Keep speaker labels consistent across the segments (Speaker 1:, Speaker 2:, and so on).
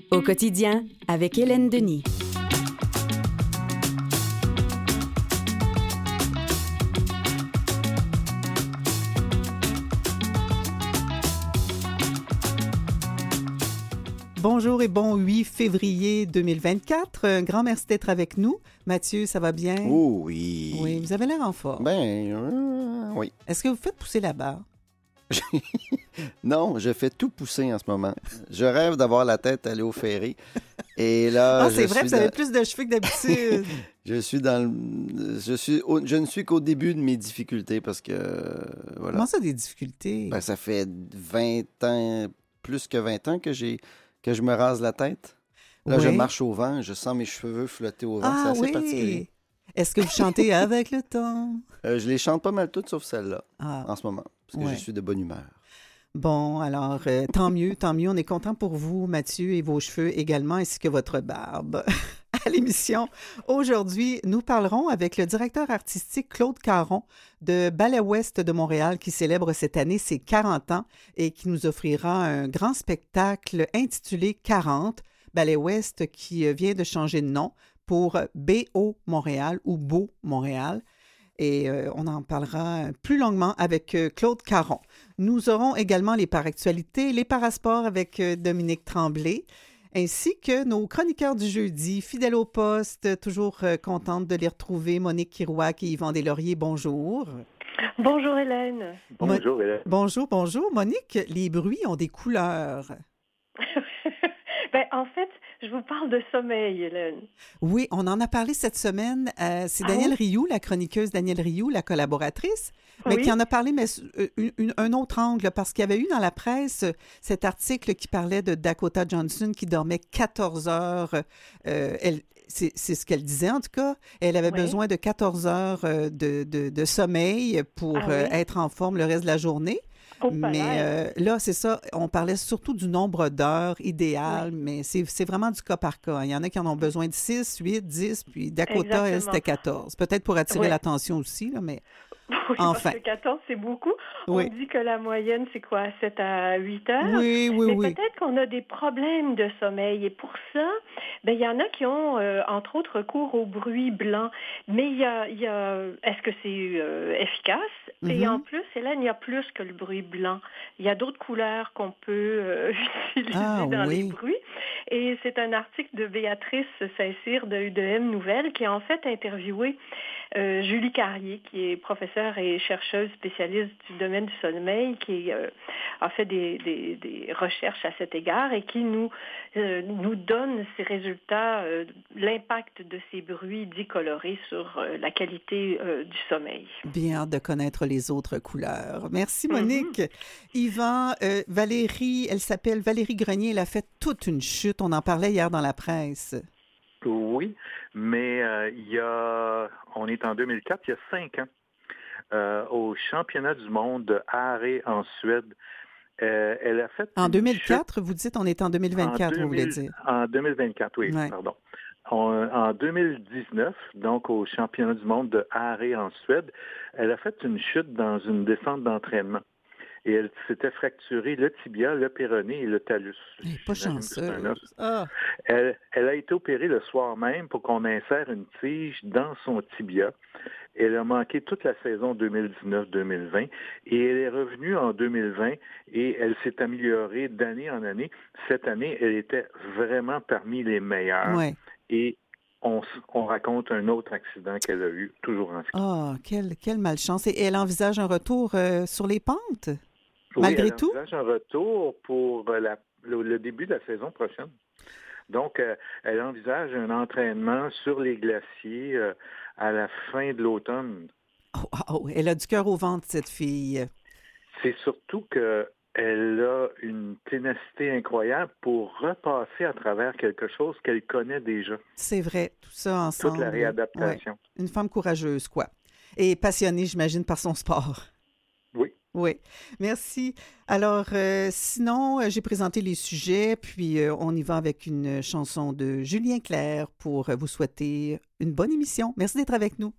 Speaker 1: Au quotidien, avec Hélène Denis.
Speaker 2: Bonjour et bon 8 février 2024. Un grand merci d'être avec nous. Mathieu, ça va bien?
Speaker 3: Oh oui.
Speaker 2: Oui, vous avez l'air en forme.
Speaker 3: Oui.
Speaker 2: Est-ce que vous faites pousser la barbe?
Speaker 3: Non, je fais tout pousser en ce moment. Je rêve d'avoir la tête allée au ferry. Et là,
Speaker 2: c'est vrai, vous avez plus de cheveux que d'habitude.
Speaker 3: Je ne suis qu'au début de mes difficultés parce que, voilà.
Speaker 2: Comment ça, des difficultés?
Speaker 3: Ben, ça fait 20 ans, plus que 20 ans que je me rase la tête. Là, je marche au vent, je sens mes cheveux flotter au vent. C'est assez particulier.
Speaker 2: Est-ce que vous chantez avec le temps?
Speaker 3: Je les chante pas mal toutes, sauf celle-là, en ce moment, parce que je suis de bonne humeur.
Speaker 2: Bon, alors, tant mieux. On est content pour vous, Mathieu, et vos cheveux également, ainsi que votre barbe. À l'émission, aujourd'hui, nous parlerons avec le directeur artistique Claude Caron de Ballet Ouest de Montréal, qui célèbre cette année ses 40 ans et qui nous offrira un grand spectacle intitulé 40, Ballet Ouest qui vient de changer de nom pour BO Montréal ou Beau Montréal. Et on en parlera plus longuement avec Claude Caron. Nous aurons également les paractualités, les parasports avec Dominique Tremblay, ainsi que nos chroniqueurs du jeudi, fidèles au poste, toujours contente de les retrouver, Monique Kirouac et Yvan Deslauriers. Bonjour.
Speaker 4: Bonjour Hélène.
Speaker 5: Bonjour Hélène.
Speaker 2: Bonjour. Monique, les bruits ont des couleurs.
Speaker 4: En fait, je vous parle de sommeil, Hélène.
Speaker 2: Oui, on en a parlé cette semaine. C'est Danielle Rioux, la chroniqueuse Danielle Rioux, la collaboratrice, mais qui en a parlé, mais un autre angle, parce qu'il y avait eu dans la presse cet article qui parlait de Dakota Johnson qui dormait 14 heures. C'est ce qu'elle disait, en tout cas. Elle avait besoin de 14 heures de sommeil pour être en forme le reste de la journée. Mais là, c'est ça, on parlait surtout du nombre d'heures idéal, mais c'est vraiment du cas par cas. Il y en a qui en ont besoin de 6, 8, 10, puis Dakota, elle, c'était 14. Peut-être pour attirer l'attention aussi, là, mais
Speaker 4: oui,
Speaker 2: enfin.
Speaker 4: Parce que 14, c'est beaucoup. On dit que la moyenne, c'est quoi, 7 à 8 heures?
Speaker 2: Oui.
Speaker 4: Mais peut-être qu'on a des problèmes de sommeil. Et pour ça, il y en a qui ont, entre autres, recours au bruit blanc. Mais il y a est-ce que c'est efficace? Et en plus, Hélène, il y a plus que le bruit blanc. Il y a d'autres couleurs qu'on peut utiliser dans les bruits. Et c'est un article de Béatrice Saint-Cyr de UDM Nouvelles qui a en fait interviewé Julie Carrier, qui est professeure et chercheuse spécialiste du domaine du sommeil, qui a fait des recherches à cet égard et qui nous donne ces résultats, l'impact de ces bruits dits colorés sur la qualité du sommeil.
Speaker 2: Bien hâte de connaître les autres couleurs. Merci Monique. Yvan, Valérie, elle s'appelle Valérie Grenier, elle a fait toute une chute, on en parlait hier dans la presse.
Speaker 5: Oui, mais on est en 2004, il y a 5 ans, au championnat du monde de Åre en Suède. Elle a fait
Speaker 2: en 2004, vous dites on est en 2024, vous voulez dire?
Speaker 5: En 2024, oui, pardon. En 2019, donc au championnat du monde de Åre en Suède, elle a fait une chute dans une descente d'entraînement. Et elle s'était fracturé le tibia, le péroné et le talus.
Speaker 2: Pas chanceuse.
Speaker 5: Elle a été opérée le soir même pour qu'on insère une tige dans son tibia. Elle a manqué toute la saison 2019-2020 et elle est revenue en 2020 et elle s'est améliorée d'année en année. Cette année, elle était vraiment parmi les meilleures.
Speaker 2: Ouais.
Speaker 5: Et on raconte un autre accident qu'elle a eu, toujours en ski.
Speaker 2: Quelle malchance. Et elle envisage un retour sur les pentes?
Speaker 5: Oui,
Speaker 2: malgré tout?
Speaker 5: Elle envisage un retour pour le début de la saison prochaine. Donc, elle envisage un entraînement sur les glaciers à la fin de l'automne.
Speaker 2: Elle a du cœur au ventre, cette fille.
Speaker 5: C'est surtout qu'elle a une ténacité incroyable pour repasser à travers quelque chose qu'elle connaît déjà.
Speaker 2: C'est vrai, tout ça ensemble.
Speaker 5: Toute la réadaptation.
Speaker 2: Ouais. Une femme courageuse, quoi. Et passionnée, j'imagine, par son sport. Oui, merci. Alors, sinon, j'ai présenté les sujets, puis on y va avec une chanson de Julien Clerc pour vous souhaiter une bonne émission. Merci d'être avec nous.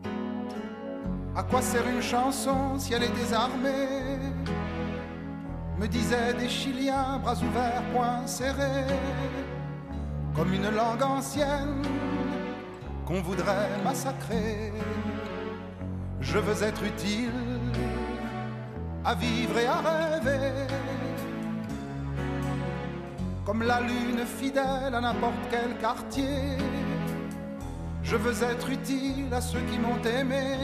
Speaker 6: À quoi sert une chanson si elle est désarmée? me disaient des Chiliens, bras ouverts, poings serrés, comme une langue ancienne qu'on voudrait massacrer. Je veux être utile à vivre et à rêver, comme la lune fidèle à n'importe quel quartier. Je veux être utile à ceux qui m'ont aimé,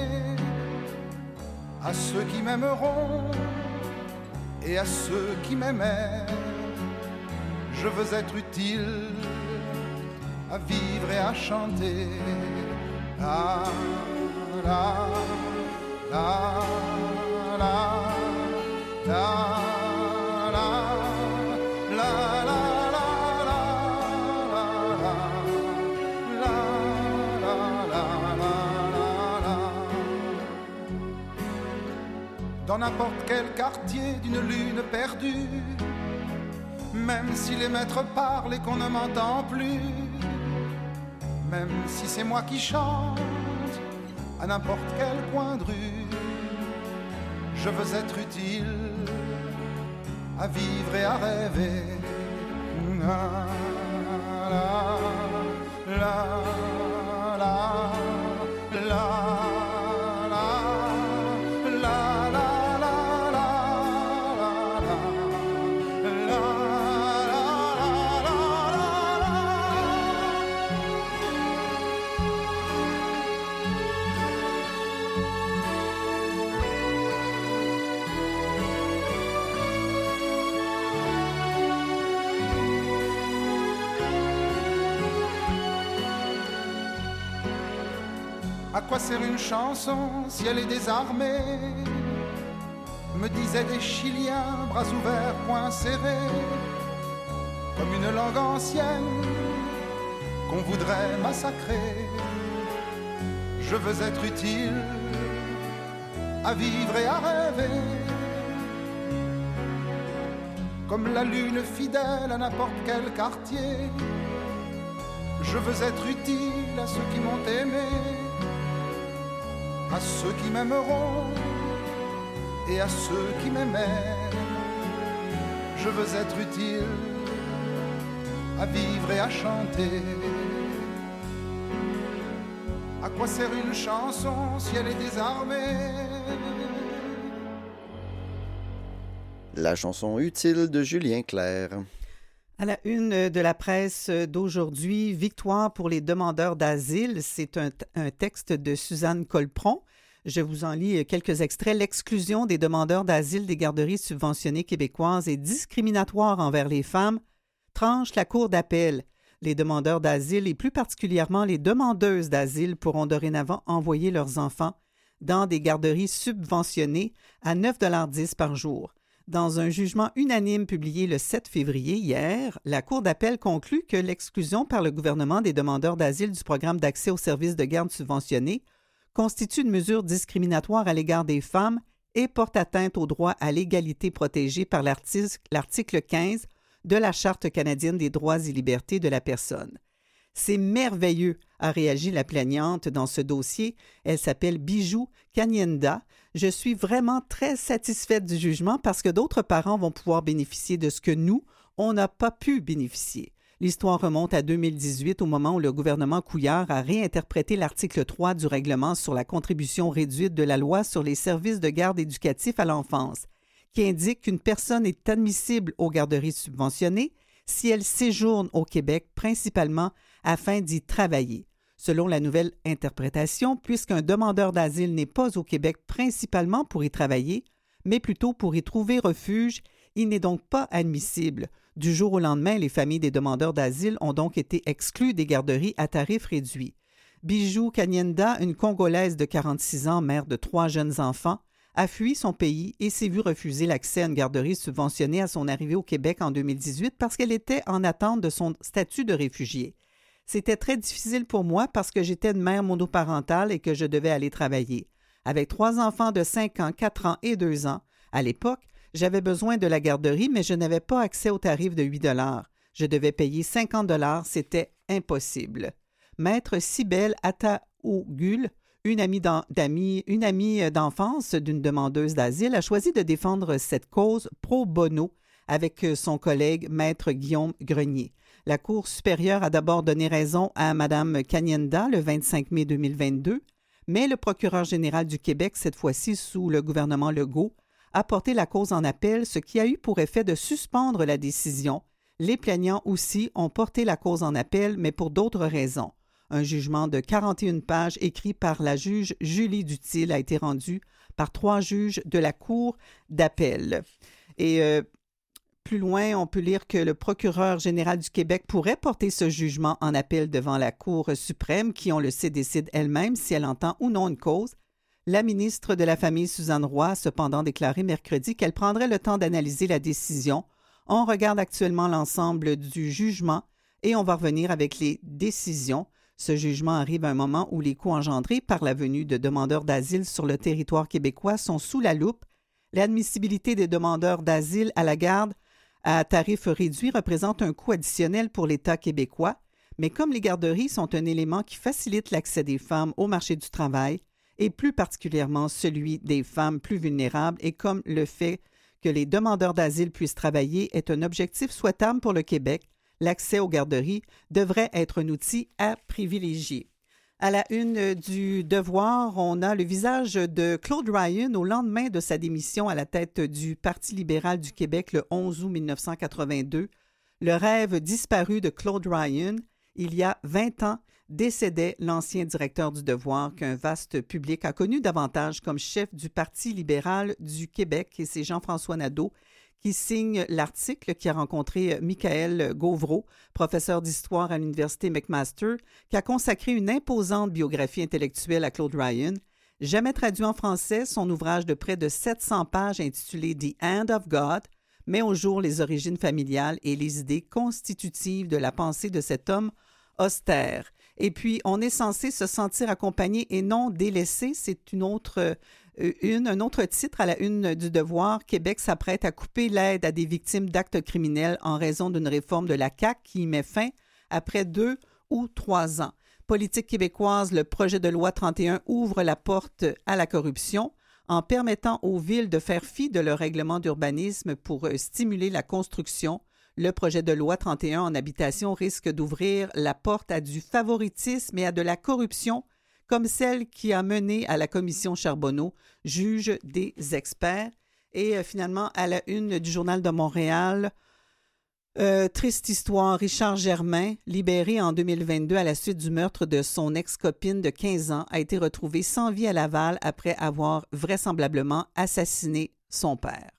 Speaker 6: à ceux qui m'aimeront et à ceux qui m'aimaient. Je veux être utile à vivre et à chanter. La, la, la, la, la. Dans n'importe quel quartier d'une lune perdue, même si les maîtres parlent et qu'on ne m'entend plus, même si c'est moi qui chante à n'importe quel coin de rue, je veux être utile à vivre et à rêver. La, la, la, la, la. À quoi sert une chanson si elle est désarmée, me disaient des Chiliens, bras ouverts, poings serrés, comme une langue ancienne qu'on voudrait massacrer. Je veux être utile à vivre et à rêver, comme la lune fidèle à n'importe quel quartier. Je veux être utile à ceux qui m'ont aimé, à ceux qui m'aimeront et à ceux qui m'aimaient. Je veux être utile à vivre et à chanter. À quoi sert une chanson si elle est désarmée?
Speaker 3: La chanson utile de Julien Clerc.
Speaker 2: À la une de la presse d'aujourd'hui, victoire pour les demandeurs d'asile. C'est un texte de Suzanne Colpron. Je vous en lis quelques extraits. L'exclusion des demandeurs d'asile des garderies subventionnées québécoises est discriminatoire envers les femmes, tranche la Cour d'appel. Les demandeurs d'asile et plus particulièrement les demandeuses d'asile pourront dorénavant envoyer leurs enfants dans des garderies subventionnées à 9,10 $ par jour. Dans un jugement unanime publié le 7 février, hier, la Cour d'appel conclut que l'exclusion par le gouvernement des demandeurs d'asile du programme d'accès aux services de garde subventionnés constitue une mesure discriminatoire à l'égard des femmes et porte atteinte au droit à l'égalité protégé par l'article 15 de la Charte canadienne des droits et libertés de la personne. C'est merveilleux, a réagi la plaignante dans ce dossier. Elle s'appelle Bijou Kanyenda. Je suis vraiment très satisfaite du jugement parce que d'autres parents vont pouvoir bénéficier de ce que nous, on n'a pas pu bénéficier. L'histoire remonte à 2018 au moment où le gouvernement Couillard a réinterprété l'article 3 du règlement sur la contribution réduite de la loi sur les services de garde éducatifs à l'enfance, qui indique qu'une personne est admissible aux garderies subventionnées si elle séjourne au Québec principalement afin d'y travailler. Selon la nouvelle interprétation, puisqu'un demandeur d'asile n'est pas au Québec principalement pour y travailler, mais plutôt pour y trouver refuge, il n'est donc pas admissible. Du jour au lendemain, les familles des demandeurs d'asile ont donc été exclues des garderies à tarif réduit. Bijou Kanyenda, une Congolaise de 46 ans, mère de 3 jeunes enfants, a fui son pays et s'est vue refuser l'accès à une garderie subventionnée à son arrivée au Québec en 2018 parce qu'elle était en attente de son statut de réfugié. C'était très difficile pour moi parce que j'étais une mère monoparentale et que je devais aller travailler. Avec 3 enfants de 5 ans, 4 ans et 2 ans, à l'époque, j'avais besoin de la garderie, mais je n'avais pas accès au tarif de 8 $. Je devais payer 50 $, c'était impossible. Maître Cybèle Ataougul, Une amie d'enfance d'une demandeuse d'asile a choisi de défendre cette cause pro bono avec son collègue Maître Guillaume Grenier. La Cour supérieure a d'abord donné raison à Mme Kanyenda le 25 mai 2022, mais le procureur général du Québec, cette fois-ci sous le gouvernement Legault, a porté la cause en appel, ce qui a eu pour effet de suspendre la décision. Les plaignants aussi ont porté la cause en appel, mais pour d'autres raisons. Un jugement de 41 pages écrit par la juge Julie Dutil a été rendu par 3 juges de la Cour d'appel. Et plus loin, on peut lire que le procureur général du Québec pourrait porter ce jugement en appel devant la Cour suprême, qui, on le sait, décide elle-même si elle entend ou non une cause. La ministre de la Famille, Suzanne Roy, a cependant déclaré mercredi qu'elle prendrait le temps d'analyser la décision. On regarde actuellement l'ensemble du jugement et on va revenir avec les décisions. Ce jugement arrive à un moment où les coûts engendrés par la venue de demandeurs d'asile sur le territoire québécois sont sous la loupe. L'admissibilité des demandeurs d'asile à la garde à tarif réduit représente un coût additionnel pour l'État québécois, mais comme les garderies sont un élément qui facilite l'accès des femmes au marché du travail, et plus particulièrement celui des femmes plus vulnérables, et comme le fait que les demandeurs d'asile puissent travailler est un objectif souhaitable pour le Québec, l'accès aux garderies devrait être un outil à privilégier. À la une du Devoir, on a le visage de Claude Ryan au lendemain de sa démission à la tête du Parti libéral du Québec le 11 août 1982. Le rêve disparu de Claude Ryan, il y a 20 ans, décédait l'ancien directeur du Devoir qu'un vaste public a connu davantage comme chef du Parti libéral du Québec, et c'est Jean-François Nadeau qui signe l'article qui a rencontré Michael Gauvreau, professeur d'histoire à l'Université McMaster, qui a consacré une imposante biographie intellectuelle à Claude Ryan. Jamais traduit en français, son ouvrage de près de 700 pages intitulé « The Hand of God » met au jour les origines familiales et les idées constitutives de la pensée de cet homme austère. Et puis, on est censé se sentir accompagné et non délaissé. C'est un autre titre à la une du Devoir. Québec s'apprête à couper l'aide à des victimes d'actes criminels en raison d'une réforme de la CAQ qui y met fin après 2 ou 3 ans. Politique québécoise, le projet de loi 31 ouvre la porte à la corruption en permettant aux villes de faire fi de leur règlement d'urbanisme pour stimuler la construction. Le projet de loi 31 en habitation risque d'ouvrir la porte à du favoritisme et à de la corruption, comme celle qui a mené à la commission Charbonneau, juge des experts. Et finalement, à la une du Journal de Montréal, triste histoire, Richard Germain, libéré en 2022 à la suite du meurtre de son ex-copine de 15 ans, a été retrouvé sans vie à Laval après avoir vraisemblablement assassiné son père.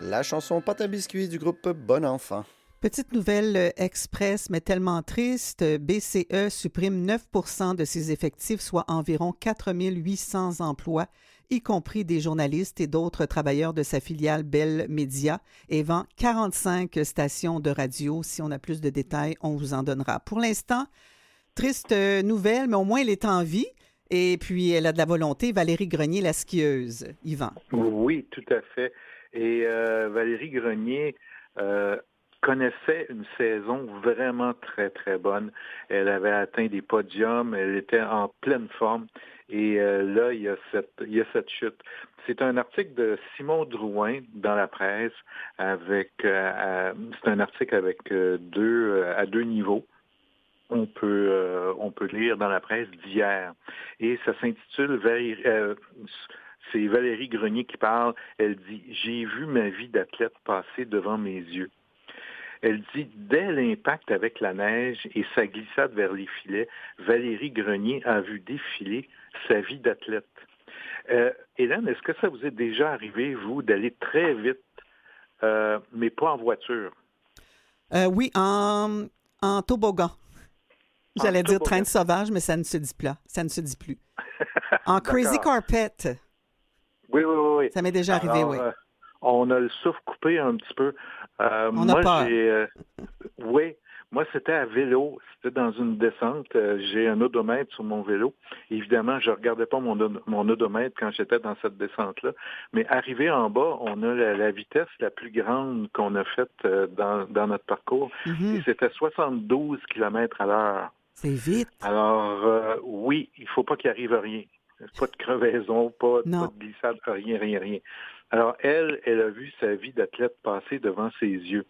Speaker 3: La chanson Pâte à biscuits du groupe Bon Enfant.
Speaker 2: Petite nouvelle express, mais tellement triste. BCE supprime 9 % de ses effectifs, soit environ 4 800 emplois, y compris des journalistes et d'autres travailleurs de sa filiale Bell Media, et vend 45 stations de radio. Si on a plus de détails, on vous en donnera. Pour l'instant, triste nouvelle, mais au moins elle est en vie. Et puis, elle a de la volonté. Valérie Grenier, la skieuse. Yvan.
Speaker 5: Oui, tout à fait. Et Valérie Grenier connaissait une saison vraiment très, très bonne. Elle avait atteint des podiums, elle était en pleine forme. Et là, il y a cette chute. C'est un article de Simon Drouin dans la presse. C'est un article avec à deux niveaux. On peut lire dans la presse d'hier. Et ça s'intitule c'est Valérie Grenier qui parle. Elle dit « J'ai vu ma vie d'athlète passer devant mes yeux ». Elle dit « Dès l'impact avec la neige et sa glissade vers les filets, Valérie Grenier a vu défiler sa vie d'athlète. » Hélène, est-ce que ça vous est déjà arrivé, vous, d'aller très vite, mais pas en voiture?
Speaker 2: Oui, en toboggan. J'allais dire train de sauvage, mais ça ne se dit plus. Ça ne se dit plus. En crazy carpet.
Speaker 5: Oui.
Speaker 2: Ça m'est déjà arrivé, oui.
Speaker 5: On a le souffle coupé un petit peu.
Speaker 2: On a peur.
Speaker 5: Oui, moi, c'était à vélo. C'était dans une descente. J'ai un odomètre sur mon vélo. Évidemment, je ne regardais pas mon odomètre quand j'étais dans cette descente-là. Mais arrivé en bas, on a la vitesse la plus grande qu'on a faite dans notre parcours. Mm-hmm. Et c'était 72 km à l'heure.
Speaker 2: C'est vite.
Speaker 5: Alors, oui, il ne faut pas qu'il arrive rien. Pas de crevaison, pas de glissade, rien. Alors, elle a vu sa vie d'athlète passer devant ses yeux.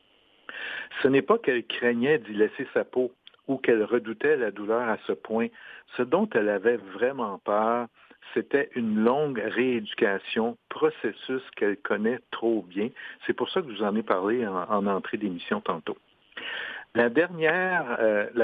Speaker 5: Ce n'est pas qu'elle craignait d'y laisser sa peau ou qu'elle redoutait la douleur à ce point. Ce dont elle avait vraiment peur, c'était une longue rééducation, processus qu'elle connaît trop bien. C'est pour ça que je vous en ai parlé en entrée d'émission tantôt. La dernière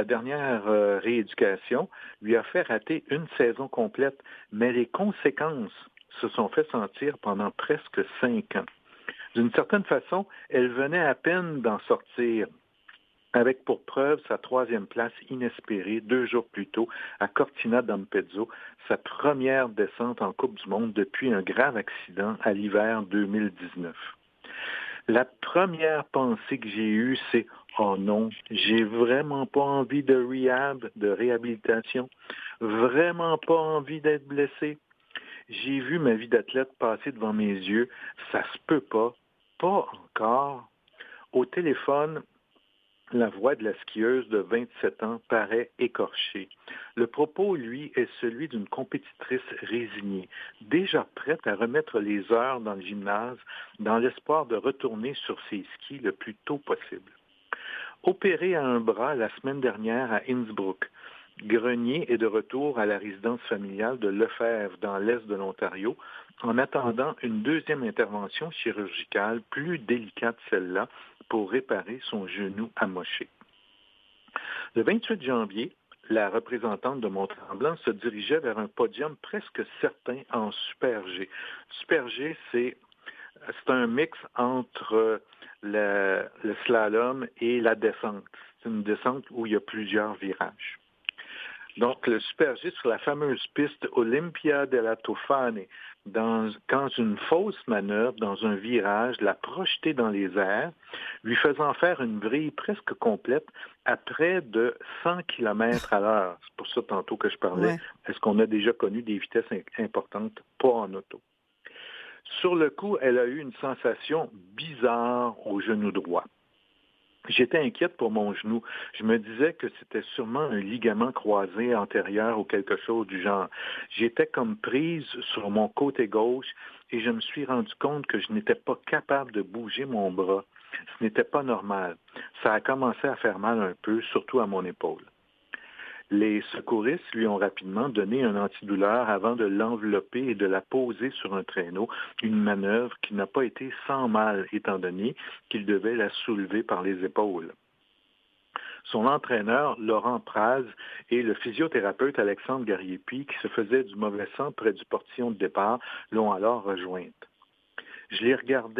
Speaker 5: rééducation lui a fait rater une saison complète, mais les conséquences se sont fait sentir pendant presque 5 ans. D'une certaine façon, elle venait à peine d'en sortir, avec pour preuve sa 3e place inespérée 2 jours plus tôt à Cortina d'Ampezzo, sa première descente en Coupe du Monde depuis un grave accident à l'hiver 2019. La première pensée que j'ai eue, c'est « Oh non, j'ai vraiment pas envie de rehab, de réhabilitation, vraiment pas envie d'être blessé. J'ai vu ma vie d'athlète passer devant mes yeux, ça se peut pas encore. » Au téléphone, la voix de la skieuse de 27 ans paraît écorchée. Le propos, lui, est celui d'une compétitrice résignée, déjà prête à remettre les heures dans le gymnase dans l'espoir de retourner sur ses skis le plus tôt possible. Opérée à un bras la semaine dernière à Innsbruck, Grenier est de retour à la résidence familiale de Lefebvre dans l'est de l'Ontario en attendant une 2e intervention chirurgicale plus délicate celle-là pour réparer son genou amoché. Le 28 janvier, la représentante de Mont-Tremblant se dirigeait vers un podium presque certain en Super G. Super G, c'est un mix entre le slalom et la descente. C'est une descente où il y a plusieurs virages. Donc, le Super G sur la fameuse piste Olympia della Tofane, quand une fausse manœuvre dans un virage l'a projeté dans les airs, lui faisant faire une vrille presque complète à près de 100 km à l'heure. C'est pour ça tantôt que je parlais. Ouais. Est-ce qu'on a déjà connu des vitesses importantes? Pas en auto. Sur le coup, elle a eu une sensation bizarre au genou droit. J'étais inquiète pour mon genou. Je me disais que c'était sûrement un ligament croisé antérieur ou quelque chose du genre. J'étais comme prise sur mon côté gauche et je me suis rendu compte que je n'étais pas capable de bouger mon bras. Ce n'était pas normal. Ça a commencé à faire mal un peu, surtout à mon épaule. Les secouristes lui ont rapidement donné un antidouleur avant de l'envelopper et de la poser sur un traîneau, une manœuvre qui n'a pas été sans mal, étant donné qu'il devait la soulever par les épaules. Son entraîneur, Laurent Praz, et le physiothérapeute Alexandre Gariepi, qui se faisait du mauvais sang près du portillon de départ, l'ont alors rejointe. Je les regardais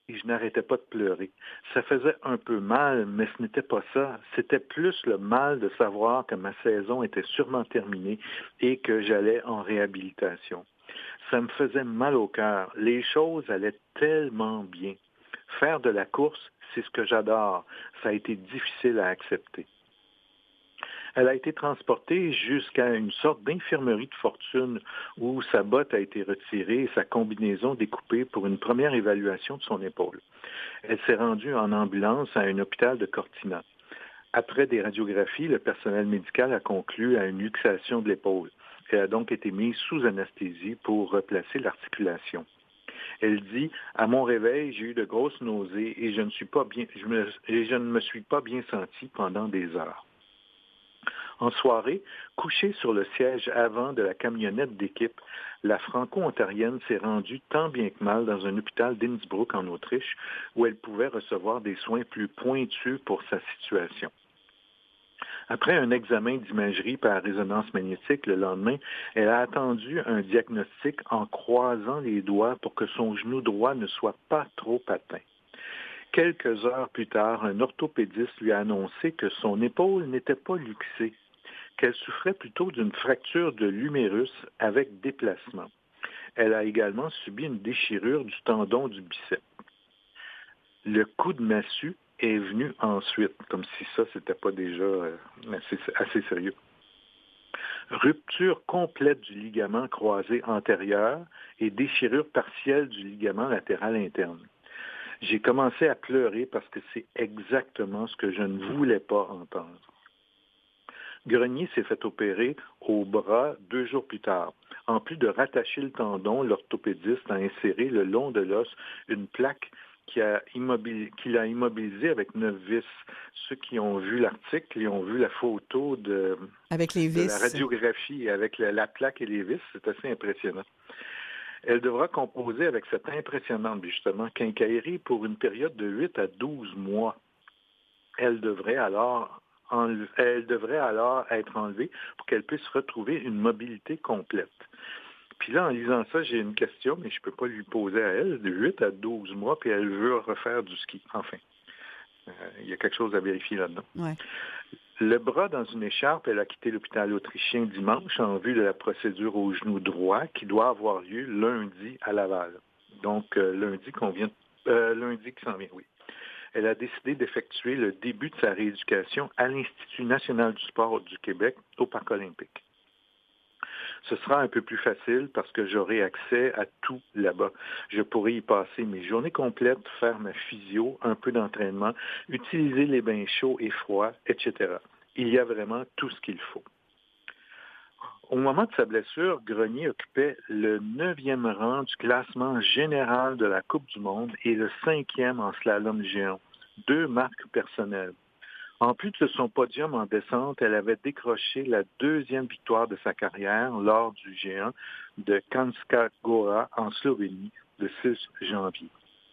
Speaker 5: et je n'arrêtais pas de pleurer. Ça faisait un peu mal, mais ce n'était pas ça. C'était plus le mal de savoir que ma saison était sûrement terminée et que j'allais en réhabilitation. Ça me faisait mal au cœur. Les choses allaient tellement bien. Faire de la course, c'est ce que j'adore. Ça a été difficile à accepter. Elle a été transportée jusqu'à une sorte d'infirmerie de fortune où sa botte a été retirée et sa combinaison découpée pour une première évaluation de son épaule. Elle s'est rendue en ambulance à un hôpital de Cortina. Après des radiographies, le personnel médical a conclu à une luxation de l'épaule. Elle a donc été mise sous anesthésie pour replacer l'articulation. Elle dit « À mon réveil, j'ai eu de grosses nausées et je ne me suis pas bien sentie pendant des heures. » En soirée, couchée sur le siège avant de la camionnette d'équipe, la franco-ontarienne s'est rendue tant bien que mal dans un hôpital d'Innsbruck en Autriche où elle pouvait recevoir des soins plus pointus pour sa situation. Après un examen d'imagerie par résonance magnétique le lendemain, elle a attendu un diagnostic en croisant les doigts pour que son genou droit ne soit pas trop atteint. Quelques heures plus tard, un orthopédiste lui a annoncé que son épaule n'était pas luxée, qu'elle souffrait plutôt d'une fracture de l'humérus avec déplacement. Elle a également subi une déchirure du tendon du biceps. Le coup de massue est venu ensuite, comme si ça, c'était pas déjà assez sérieux. Rupture complète du ligament croisé antérieur et déchirure partielle du ligament latéral interne. J'ai commencé à pleurer parce que c'est exactement ce que je ne voulais pas entendre. Grenier s'est fait opérer au bras 2 jours plus tard. En plus de rattacher le tendon, l'orthopédiste a inséré le long de l'os une plaque qu'il a immobilisé avec 9 vis. Ceux qui ont vu l'article, ils ont vu la photo
Speaker 2: avec les vis.
Speaker 5: De la radiographie avec la plaque et les vis. C'est assez impressionnant. Elle devra composer avec cette impressionnante, justement, quincaillerie pour une période de 8 à 12 mois. Elle devrait alors être enlevée pour qu'elle puisse retrouver une mobilité complète. Puis là, en lisant ça, j'ai une question, mais je ne peux pas lui poser à elle, de 8 à 12 mois, puis elle veut refaire du ski. Enfin, il y a quelque chose à vérifier là-dedans.
Speaker 2: Ouais.
Speaker 5: Le bras dans une écharpe, elle a quitté l'hôpital autrichien dimanche en vue de la procédure au genou droit qui doit avoir lieu lundi à Laval. Donc, lundi qui s'en vient, oui. Elle a décidé d'effectuer le début de sa rééducation à l'Institut national du sport du Québec au Parc olympique. Ce sera un peu plus facile parce que j'aurai accès à tout là-bas. Je pourrai y passer mes journées complètes, faire ma physio, un peu d'entraînement, utiliser les bains chauds et froids, etc. Il y a vraiment tout ce qu'il faut. Au moment de sa blessure, Grenier occupait le 9e rang du classement général de la Coupe du monde et le 5e en slalom géant. 2 marques personnelles. En plus de son podium en descente, elle avait décroché la 2e victoire de sa carrière lors du géant de Kranjska Gora en Slovénie le 6 janvier.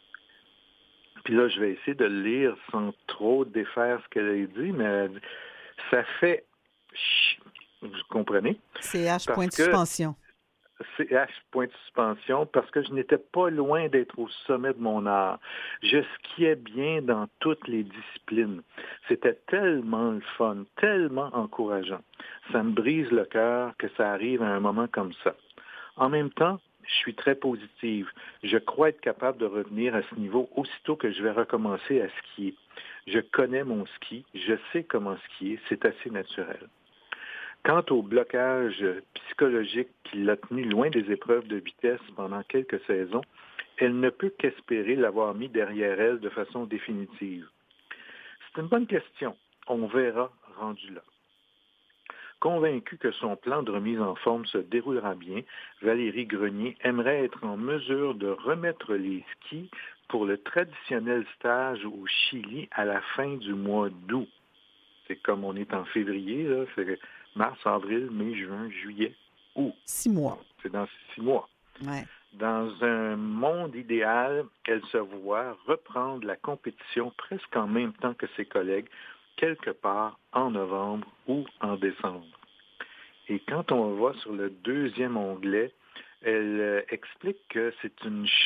Speaker 5: Puis là, je vais essayer de le lire sans trop défaire ce qu'elle a dit, mais ça fait... Vous comprenez?
Speaker 2: C'est H point de suspension.
Speaker 5: C'est H point de suspension parce que je n'étais pas loin d'être au sommet de mon art. Je skiais bien dans toutes les disciplines. C'était tellement le fun, tellement encourageant. Ça me brise le cœur que ça arrive à un moment comme ça. En même temps, je suis très positive. Je crois être capable de revenir à ce niveau aussitôt que je vais recommencer à skier. Je connais mon ski, je sais comment skier, c'est assez naturel. Quant au blocage psychologique qui l'a tenu loin des épreuves de vitesse pendant quelques saisons, elle ne peut qu'espérer l'avoir mis derrière elle de façon définitive. C'est une bonne question. On verra rendu là. Convaincue que son plan de remise en forme se déroulera bien, Valérie Grenier aimerait être en mesure de remettre les skis pour le traditionnel stage au Chili à la fin du mois d'août. C'est comme on est en février, là, c'est mars, avril, mai, juin, juillet, août.
Speaker 2: 6 mois.
Speaker 5: C'est dans 6 mois.
Speaker 2: Ouais.
Speaker 5: Dans un monde idéal, elle se voit reprendre la compétition presque en même temps que ses collègues, quelque part en novembre ou en décembre. Et quand on va sur le 2e onglet, elle explique que c'est une chute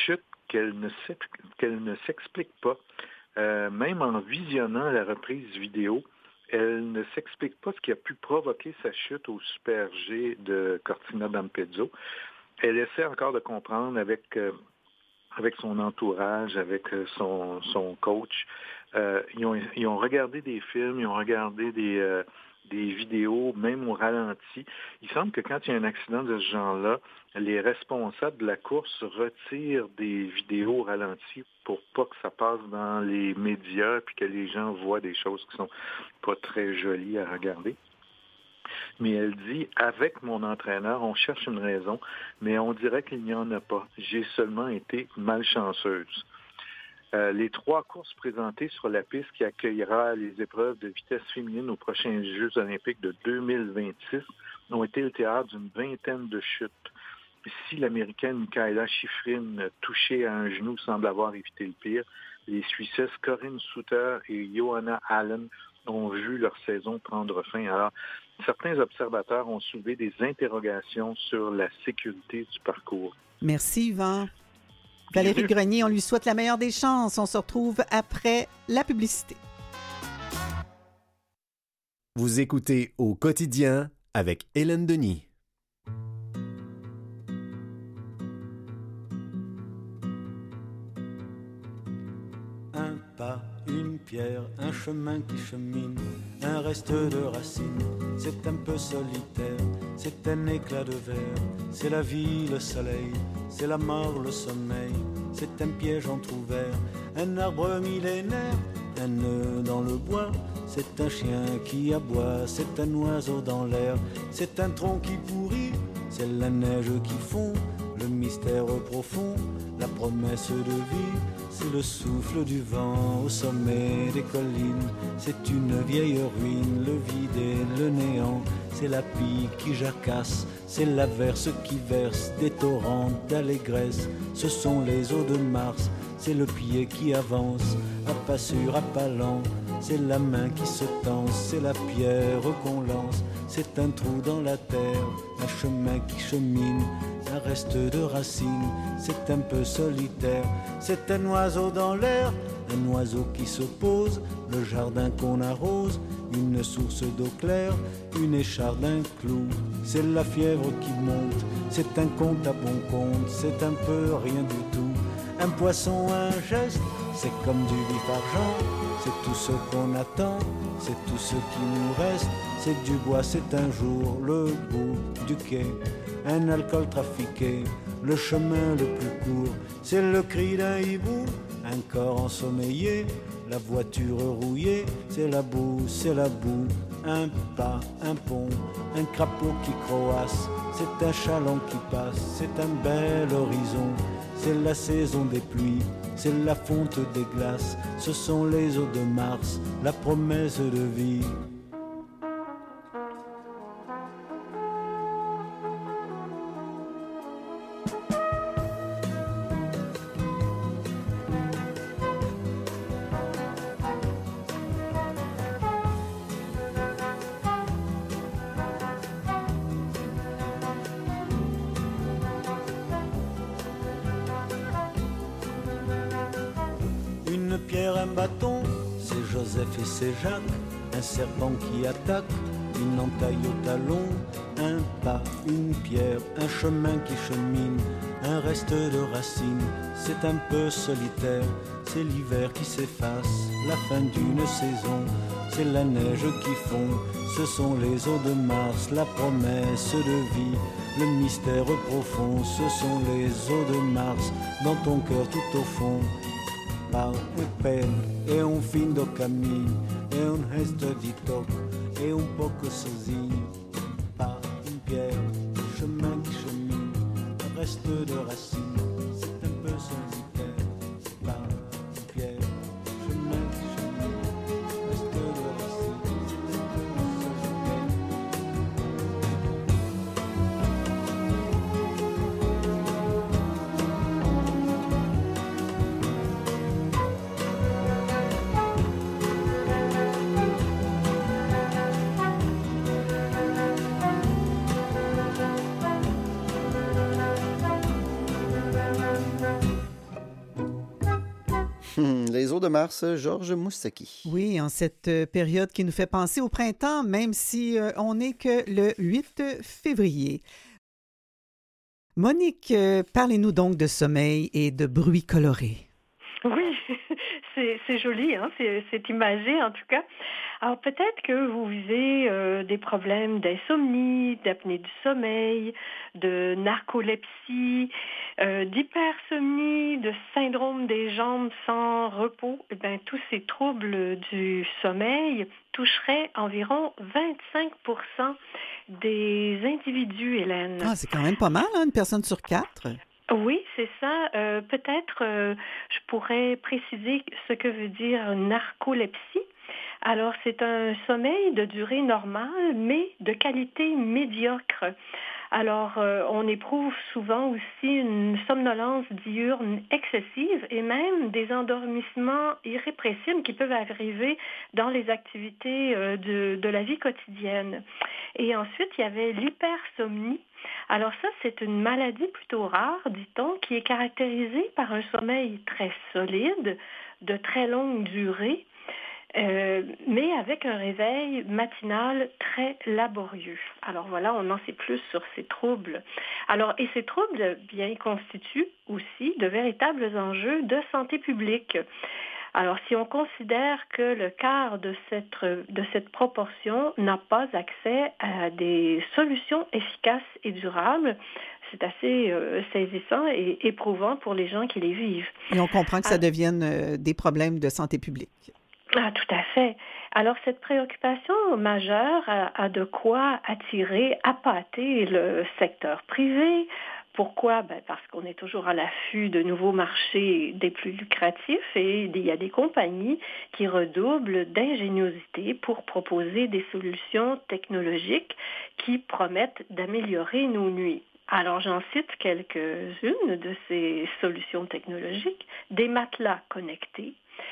Speaker 5: qu'elle ne s'explique pas. Même en visionnant la reprise vidéo, elle ne s'explique pas ce qui a pu provoquer sa chute au Super G de Cortina d'Ampezzo. Elle essaie encore de comprendre avec son entourage, avec son coach. Ils ont regardé des films, ils ont regardé des vidéos, même au ralenti. Il semble que quand il y a un accident de ce genre-là, les responsables de la course retirent des vidéos au ralenti pour pas que ça passe dans les médias puis que les gens voient des choses qui sont pas très jolies à regarder. Mais elle dit, avec mon entraîneur, on cherche une raison, mais on dirait qu'il n'y en a pas. J'ai seulement été malchanceuse. Les 3 courses présentées sur la piste qui accueillera les épreuves de vitesse féminine aux prochains Jeux olympiques de 2026 ont été le théâtre d'une vingtaine de chutes. Si l'Américaine Michaela Schifrin, touchée à un genou, semble avoir évité le pire, les Suissesses Corinne Sutter et Johanna Allen ont vu leur saison prendre fin. Alors, certains observateurs ont soulevé des interrogations sur la sécurité du parcours.
Speaker 2: Merci, Yvan. Valérie Grenier, on lui souhaite la meilleure des chances. On se retrouve après la publicité.
Speaker 7: Vous écoutez Au quotidien avec Hélène Denis.
Speaker 8: Un pas, une pierre, un chemin qui chemine, un reste de racines, c'est un peu solitaire, c'est un éclat de verre, c'est la vie, le soleil, c'est la mort, le sommeil, c'est un piège entrouvert, un arbre millénaire, un nœud dans le bois, c'est un chien qui aboie, c'est un oiseau dans l'air, c'est un tronc qui pourrit, c'est la neige qui fond, le mystère profond, la promesse de vie, c'est le souffle du vent au sommet des collines, c'est une vieille ruine, le vide et le néant, c'est la pie qui jacasse, c'est l'averse qui verse des torrents d'allégresse, ce sont les eaux de Mars, c'est le pied qui avance, à pas sûr, à pas lent, c'est la main qui se tend, c'est la pierre qu'on lance, c'est un trou dans la terre, un chemin qui chemine, un reste de racines, c'est un peu solitaire, c'est un oiseau dans l'air, un oiseau qui se pose, le jardin qu'on arrose, une source d'eau claire, une écharde, un clou, c'est la fièvre qui monte, c'est un conte à bon compte, c'est un peu rien du tout, un poisson, un geste, c'est comme du vif argent, c'est tout ce qu'on attend, c'est tout ce qui nous reste, c'est du bois, c'est un jour, le bout du quai, un alcool trafiqué, le chemin le plus court, c'est le cri d'un hibou, un corps ensommeillé, la voiture rouillée, c'est la boue, un pas, un pont, un crapaud qui croasse, c'est un chaland qui passe, c'est un bel horizon, c'est la saison des pluies, c'est la fonte des glaces, ce sont les eaux de Mars, la promesse de vie. Et c'est Jacques, un serpent qui attaque, une entaille au talon, un pas, une pierre, un chemin qui chemine, un reste de racines, c'est un peu solitaire, c'est l'hiver qui s'efface, la fin d'une saison, c'est la neige qui fond, ce sont les eaux de Mars, la promesse de vie, le mystère profond, ce sont les eaux de Mars, dans ton cœur tout au fond. Un pé e un fim do caminho, é resto de toque, é pouco sozinho. Pas une pierre, chemin qui chemine, un reste de racines, c'est un peu solitaire. Pas une pierre, chemin qui chemine, un reste de racines, c'est un peu solitaire.
Speaker 3: Oiseaux de Mars, Georges Moustaki.
Speaker 2: Oui, en cette période qui nous fait penser au printemps, même si on n'est que le 8 février. Monique, parlez-nous donc de sommeil et de bruit coloré.
Speaker 4: Oui, c'est joli, hein? C'est imagé en tout cas. Alors peut-être que vous vivez des problèmes d'insomnie, d'apnée du sommeil, de narcolepsie, d'hypersomnie, de syndrome des jambes sans repos. Eh bien, tous ces troubles du sommeil toucheraient environ 25% des individus, Hélène.
Speaker 2: Ah, c'est quand même pas mal, hein, une personne sur 4.
Speaker 4: Oui, c'est ça. Peut-être je pourrais préciser ce que veut dire narcolepsie. Alors, c'est un sommeil de durée normale, mais de qualité médiocre. Alors, on éprouve souvent aussi une somnolence diurne excessive et même des endormissements irrépressibles qui peuvent arriver dans les activités de la vie quotidienne. Et ensuite, il y avait l'hypersomnie. Alors ça, c'est une maladie plutôt rare, dit-on, qui est caractérisée par un sommeil très solide, de très longue durée, mais avec un réveil matinal très laborieux. Alors voilà, on en sait plus sur ces troubles. Alors, et ces troubles, bien, constituent aussi de véritables enjeux de santé publique. Alors, si on considère que le quart de cette proportion n'a pas accès à des solutions efficaces et durables, c'est assez saisissant et éprouvant pour les gens qui les vivent.
Speaker 2: Et on comprend que ça devienne des problèmes de santé publique.
Speaker 4: Ah, tout à fait. Alors, cette préoccupation majeure a de quoi attirer, appâter le secteur privé. Pourquoi? Parce qu'on est toujours à l'affût de nouveaux marchés des plus lucratifs et il y a des compagnies qui redoublent d'ingéniosité pour proposer des solutions technologiques qui promettent d'améliorer nos nuits. Alors, j'en cite quelques-unes de ces solutions technologiques. Des matelas connectés,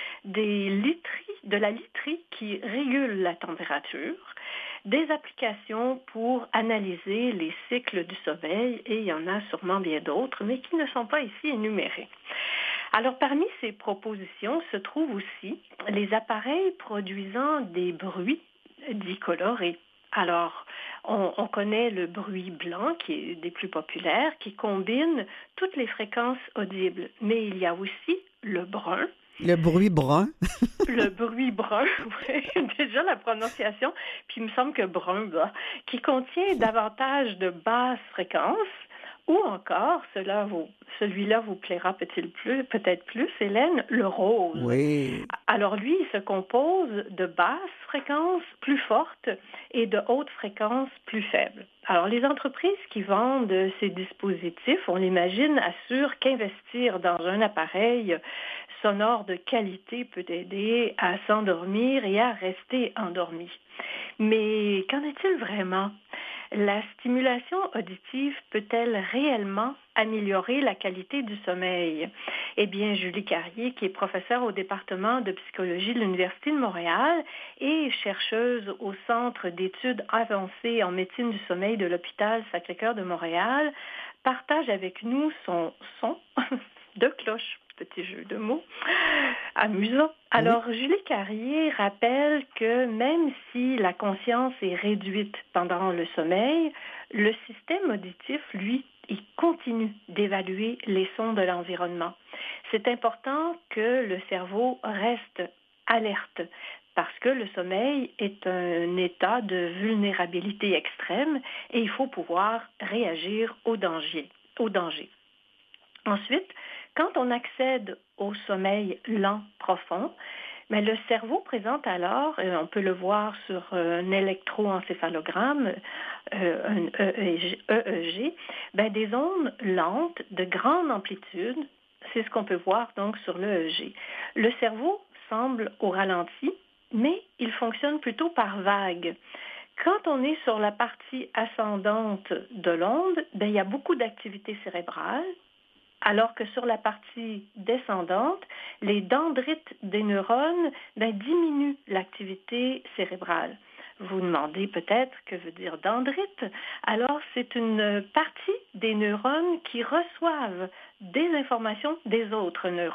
Speaker 4: de la literie qui régule la température, des applications pour analyser les cycles du sommeil, et il y en a sûrement bien d'autres, mais qui ne sont pas ici énumérées. Alors, parmi ces propositions se trouvent aussi les appareils produisant des bruits dits colorés. Alors, on connaît le bruit blanc, qui est des plus populaires, qui combine toutes les fréquences audibles, mais il y a aussi le brun.
Speaker 2: Le bruit brun.
Speaker 4: Le bruit brun, oui, déjà la prononciation, puis il me semble que brun, qui contient davantage de basses fréquences, ou encore, celui-là vous plaira peut-être plus, Hélène, le rose.
Speaker 2: Oui.
Speaker 4: Alors lui, il se compose de basses fréquences plus fortes et de hautes fréquences plus faibles. Alors les entreprises qui vendent ces dispositifs, on l'imagine, assurent qu'investir dans un appareil sonore de qualité peut aider à s'endormir et à rester endormi. Mais qu'en est-il vraiment? La stimulation auditive peut-elle réellement améliorer la qualité du sommeil? Eh bien, Julie Carrier, qui est professeure au département de psychologie de l'Université de Montréal et chercheuse au Centre d'études avancées en médecine du sommeil de l'hôpital Sacré-Cœur de Montréal, partage avec nous son son de cloche. Petit jeu de mots, amusant. Alors, Julie Carrier rappelle que même si la conscience est réduite pendant le sommeil, le système auditif, lui, il continue d'évaluer les sons de l'environnement. C'est important que le cerveau reste alerte parce que le sommeil est un état de vulnérabilité extrême et il faut pouvoir réagir au danger. Ensuite, quand on accède au sommeil lent profond, mais le cerveau présente alors, on peut le voir sur un électroencéphalogramme, un EEG, des ondes lentes de grande amplitude. C'est ce qu'on peut voir donc sur l'EEG. Le cerveau semble au ralenti, mais il fonctionne plutôt par vagues. Quand on est sur la partie ascendante de l'onde, il y a beaucoup d'activité cérébrale, alors que sur la partie descendante, les dendrites des neurones diminuent l'activité cérébrale. Vous demandez peut-être que veut dire dendrite. Alors, c'est une partie des neurones qui reçoivent des informations des autres neurones.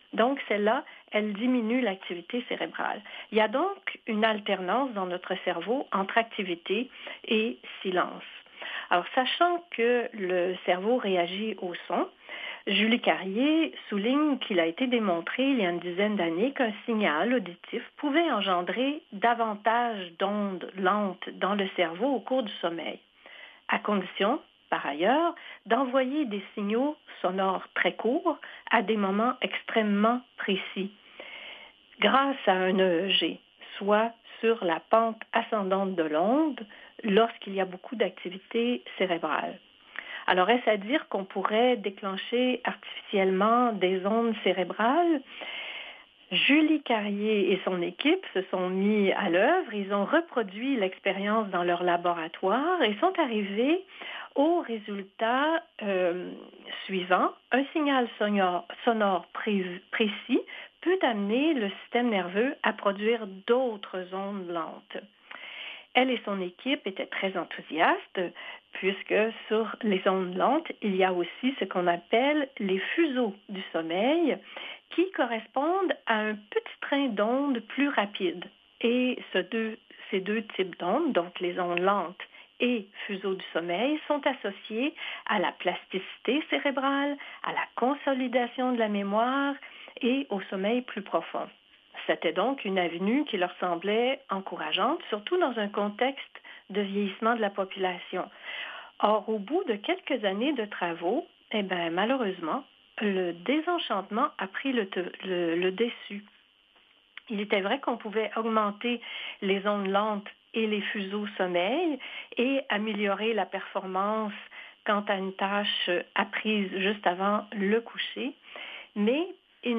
Speaker 4: Donc, celle-là, elle diminue l'activité cérébrale. Il y a donc une alternance dans notre cerveau entre activité et silence. Alors, sachant que le cerveau réagit au son, Julie Carrier souligne qu'il a été démontré il y a une dizaine d'années qu'un signal auditif pouvait engendrer davantage d'ondes lentes dans le cerveau au cours du sommeil, à condition, par ailleurs, d'envoyer des signaux sonores très courts à des moments extrêmement précis, grâce à un EEG, soit sur la pente ascendante de l'onde lorsqu'il y a beaucoup d'activité cérébrale. Alors, est-ce à dire qu'on pourrait déclencher artificiellement des ondes cérébrales? Julie Carrier et son équipe se sont mis à l'œuvre. Ils ont reproduit l'expérience dans leur laboratoire et sont arrivés au résultat suivant. Un signal sonore précis peut amener le système nerveux à produire d'autres ondes lentes. Elle et son équipe étaient très enthousiastes puisque sur les ondes lentes, il y a aussi ce qu'on appelle les fuseaux du sommeil qui correspondent à un petit train d'ondes plus rapide. Et ces deux types d'ondes, donc les ondes lentes et fuseaux du sommeil, sont associés à la plasticité cérébrale, à la consolidation de la mémoire et au sommeil plus profond. C'était donc une avenue qui leur semblait encourageante, surtout dans un contexte de vieillissement de la population. Or, au bout de quelques années de travaux, malheureusement, le désenchantement a pris le dessus. Il était vrai qu'on pouvait augmenter les ondes lentes et les fuseaux sommeil et améliorer la performance quant à une tâche apprise juste avant le coucher, mais ils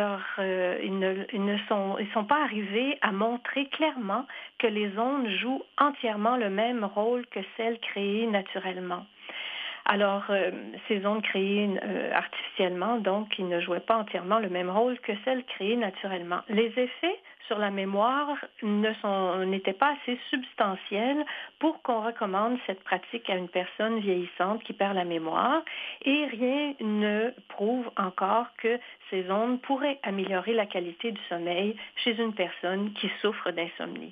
Speaker 4: ne sont pas arrivés à montrer clairement que les ondes jouent entièrement le même rôle que celles créées naturellement. Alors, ces ondes créées artificiellement, donc, ils ne jouaient pas entièrement le même rôle que celles créées naturellement. Les effets sur la mémoire n'étaient pas assez substantiels pour qu'on recommande cette pratique à une personne vieillissante qui perd la mémoire, et rien ne prouve encore que ces ondes pourraient améliorer la qualité du sommeil chez une personne qui souffre d'insomnie.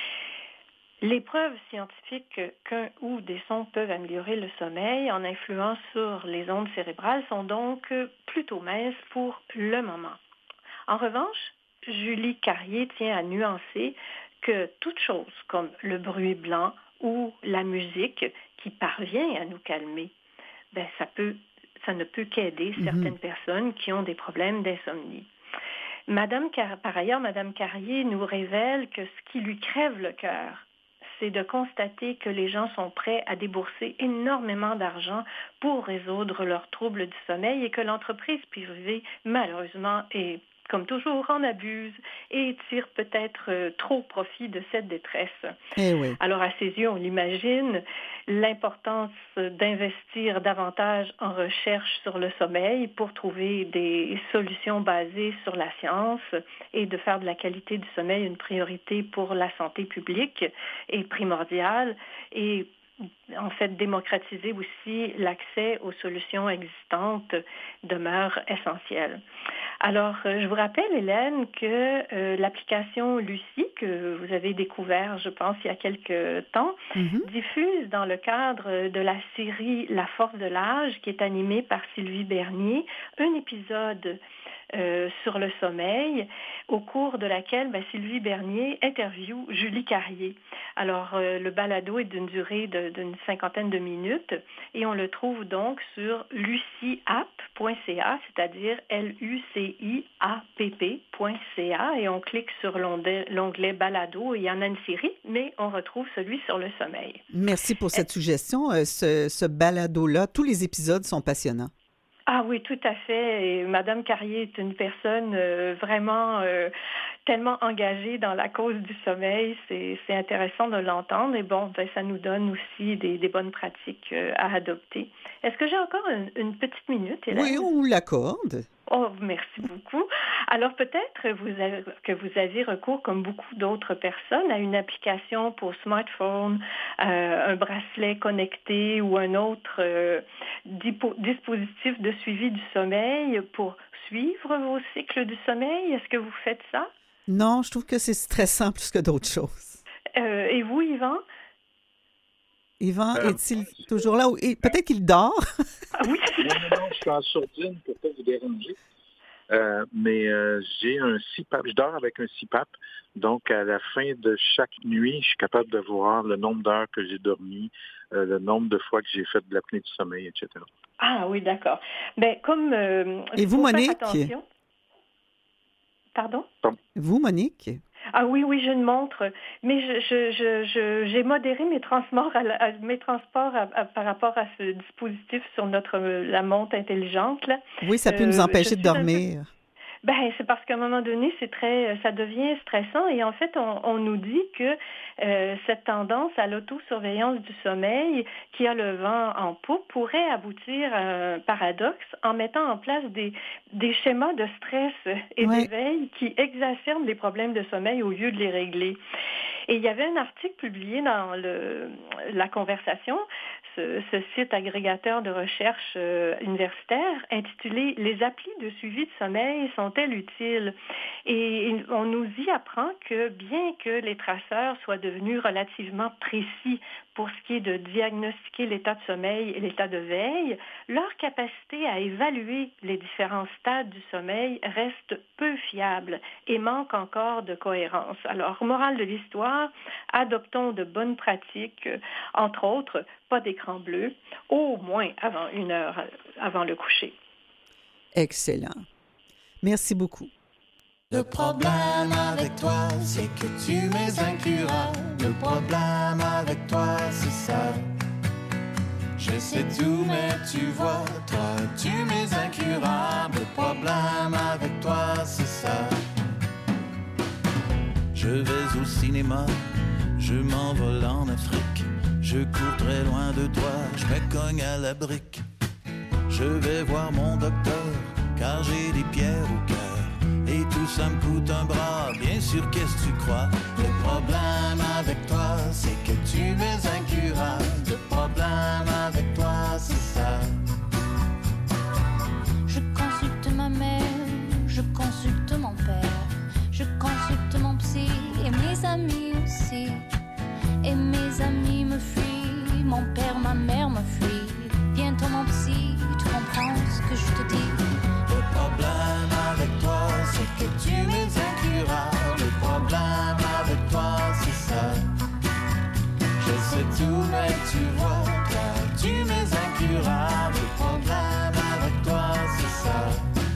Speaker 4: Les preuves scientifiques qu'un ou des sons peuvent améliorer le sommeil en influant sur les ondes cérébrales sont donc plutôt minces pour le moment. En revanche, Julie Carrier tient à nuancer que toute chose comme le bruit blanc ou la musique qui parvient à nous calmer, ça ne peut qu'aider certaines personnes qui ont des problèmes d'insomnie. Par ailleurs, Madame Carrier nous révèle que ce qui lui crève le cœur, c'est de constater que les gens sont prêts à débourser énormément d'argent pour résoudre leurs troubles du sommeil et que l'entreprise privée, malheureusement, comme toujours, en abuse et tire peut-être trop profit de cette détresse.
Speaker 2: Eh oui.
Speaker 4: Alors, à ses yeux, on l'imagine, l'importance d'investir davantage en recherche sur le sommeil pour trouver des solutions basées sur la science et de faire de la qualité du sommeil une priorité pour la santé publique est primordiale, et en fait, démocratiser aussi l'accès aux solutions existantes demeure essentiel. Alors, je vous rappelle, Hélène, que l'application Lucie, que vous avez découvert, je pense, il y a quelques temps, diffuse dans le cadre de la série La force de l'âge, qui est animée par Sylvie Bernier, un épisode sur le sommeil, au cours de laquelle Sylvie Bernier interviewe Julie Carrier. Alors, le balado est d'une durée d'une cinquantaine de minutes et on le trouve donc sur lucieapp.ca, c'est-à-dire LUCIAPP.ca, et on clique sur l'onglet balado et il y en a une série, mais on retrouve celui sur le sommeil.
Speaker 2: Merci pour cette suggestion. Ce balado-là, tous les épisodes sont passionnants.
Speaker 4: Ah oui, tout à fait. Et Madame Carrier est une personne vraiment tellement engagée dans la cause du sommeil. C'est intéressant de l'entendre. Et bon, ça nous donne aussi des bonnes pratiques à adopter. Est-ce que j'ai encore une petite minute, Hélène?
Speaker 2: Oui, on l'accorde.
Speaker 4: Oh, merci beaucoup. Alors peut-être que vous avez recours, comme beaucoup d'autres personnes, à une application pour smartphone un bracelet connecté ou un autre dispositif de suivi du sommeil pour suivre vos cycles du sommeil? Est-ce que vous faites ça?
Speaker 2: Non, je trouve que c'est stressant plus que d'autres choses.
Speaker 4: Et vous, Yvan?
Speaker 2: Yvan, est-il toujours là? Peut-être qu'il dort.
Speaker 4: Ah oui?
Speaker 5: Non, je suis en sourdine pour ne pas vous déranger. Mais j'ai un CPAP. Je dors avec un CPAP. Donc, à la fin de chaque nuit, je suis capable de voir le nombre d'heures que j'ai dormi, le nombre de fois que j'ai fait de l'apnée du sommeil, etc.
Speaker 4: Ah oui, d'accord. Ben, comme...
Speaker 2: Et vous, Monique?
Speaker 4: Pardon?
Speaker 2: Vous, Monique?
Speaker 4: Ah oui, j'ai une montre, mais j'ai modéré mes transports par rapport à ce dispositif sur la montre intelligente. Là.
Speaker 2: Oui, ça peut nous empêcher de dormir.
Speaker 4: Ben, c'est parce qu'à un moment donné, ça devient stressant et en fait, on nous dit que cette tendance à l'autosurveillance du sommeil qui a le vent en poupe pourrait aboutir à un paradoxe en mettant en place des schémas de stress et d'éveil qui exacerbent les problèmes de sommeil au lieu de les régler. Et il y avait un article publié dans La Conversation, ce site agrégateur de recherche universitaire, intitulé « Les applis de suivi de sommeil sont-elles utiles ?» Et on nous y apprend que bien que les traceurs soient devenus relativement précis pour ce qui est de diagnostiquer l'état de sommeil et l'état de veille, leur capacité à évaluer les différents stades du sommeil reste peu fiable et manque encore de cohérence. Alors, morale de l'histoire, adoptons de bonnes pratiques, entre autres, pas d'écran bleu, au moins avant 1 heure avant le coucher.
Speaker 2: Excellent. Merci beaucoup.
Speaker 8: Le problème avec toi, c'est que tu m'es incurable. Le problème avec toi, c'est ça. Je sais tout, mais tu vois, toi, tu m'es incurable. Le problème avec toi, c'est ça. Je vais au cinéma, je m'envole en Afrique. Je cours très loin de toi, je me cogne à la brique. Je vais voir mon docteur, car j'ai des pierres au cœur. Et tout ça me coûte un bras, bien sûr, qu'est-ce que tu crois? Le problème avec toi, c'est que tu m'es incurable. Le problème avec toi, c'est ça.
Speaker 9: Je consulte ma mère, je consulte mon père, je consulte mon psy et mes amis aussi. Et mes amis me fuient, mon père, ma mère me fuient. Bientôt mon psy, tu comprends ce que je te dis?
Speaker 8: Le problème avec toi, c'est que tu m'es incurable. Le problème avec toi, c'est ça. Je sais tout, mais tu vois, toi, tu m'es incurable. Le problème avec toi, c'est ça.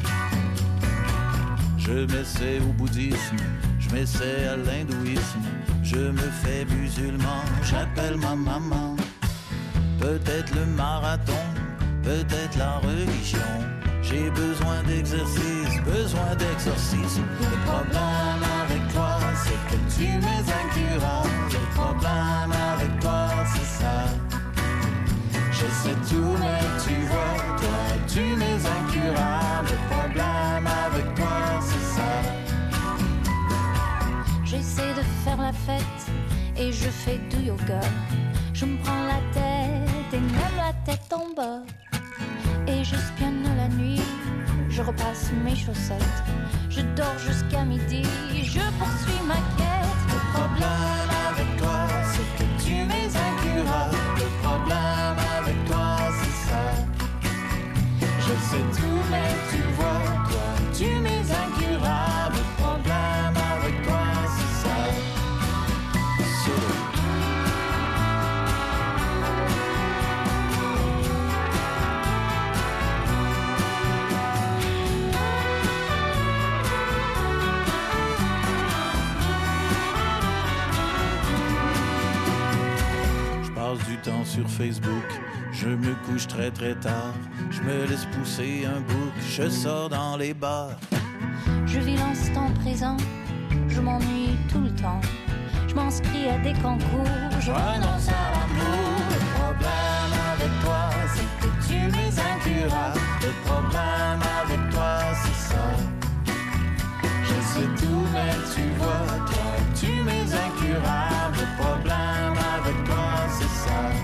Speaker 8: Je m'essaie au bouddhisme, je m'essaie à l'hindouisme. Je me fais musulman, j'appelle ma maman. Peut-être le marathon, peut-être la religion. J'ai besoin d'exercice, besoin d'exorcisme. Le problème avec toi, c'est que tu m'es incurable. Le problème avec toi, c'est ça. Je sais tout, mais tu vois, toi, tu m'es incurable. Le problème avec toi, c'est ça.
Speaker 9: J'essaie de faire la fête et je fais du yoga. Je me prends la tête et même la tête en bas. Et j'espionne la nuit, je repasse mes chaussettes. Je dors jusqu'à midi, je poursuis ma quête.
Speaker 8: Le problème avec toi, c'est que tu m'es incurable. Le problème avec toi, c'est ça. Je sais tout, mais tu vois, toi, tu m'es incurable. Le problème avec toi, c'est ça. Du temps sur Facebook, je me couche très très tard, je me laisse pousser un bouc, je sors dans les bars.
Speaker 9: Je vis l'instant présent, je m'ennuie tout le temps, je m'inscris à des concours, je renonce à l'amour.
Speaker 8: Le problème avec toi, c'est que tu m'es incurable. Le problème avec toi, c'est ça. Je sais tout, mais tu vois, toi, tu m'es incurable. Le problème avec toi, c'est ça.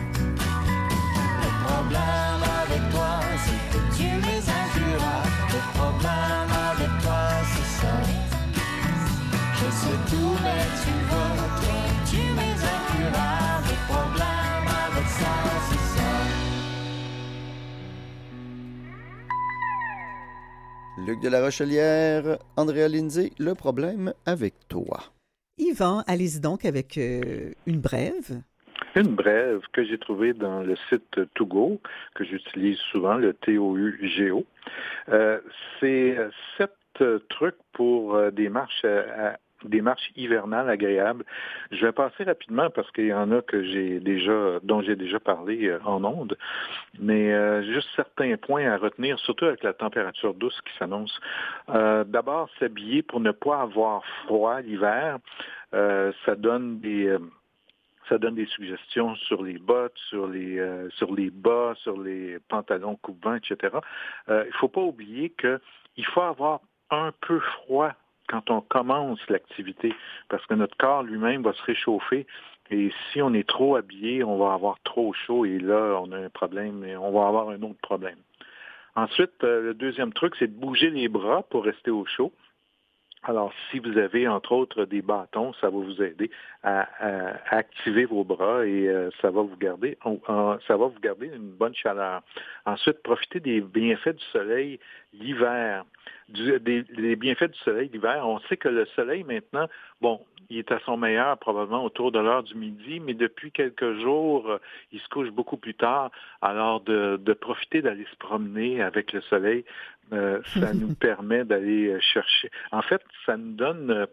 Speaker 3: Luc de la Rochelière, Andrea Lindsay, le problème avec toi.
Speaker 2: Yvan, allez-y donc avec une brève.
Speaker 5: Une brève que j'ai trouvée dans le site Togo, que j'utilise souvent, le TOUGO. C'est 7 trucs pour des marches hivernales agréables. Je vais passer rapidement parce qu'il y en a dont j'ai déjà parlé en ondes, mais juste certains points à retenir, surtout avec la température douce qui s'annonce. D'abord, s'habiller pour ne pas avoir froid l'hiver. Ça donne des suggestions sur les bottes, sur les bas, sur les pantalons coupe-vent, etc. Il ne faut pas oublier qu'il faut avoir un peu froid quand on commence l'activité, parce que notre corps lui-même va se réchauffer. Et si on est trop habillé, on va avoir trop chaud et là, on a un problème et on va avoir un autre problème. Ensuite, le deuxième truc, c'est de bouger les bras pour rester au chaud. Alors, si vous avez, entre autres, des bâtons, ça va vous aider à activer vos bras et ça va vous garder une bonne chaleur. Ensuite, profitez des bienfaits du soleil l'hiver. Les bienfaits du soleil l'hiver, on sait que le soleil, maintenant, il est à son meilleur probablement autour de l'heure du midi, mais depuis quelques jours, il se couche beaucoup plus tard. Alors, de profiter d'aller se promener avec le soleil, ça nous permet d'aller chercher. En fait, ça nous donne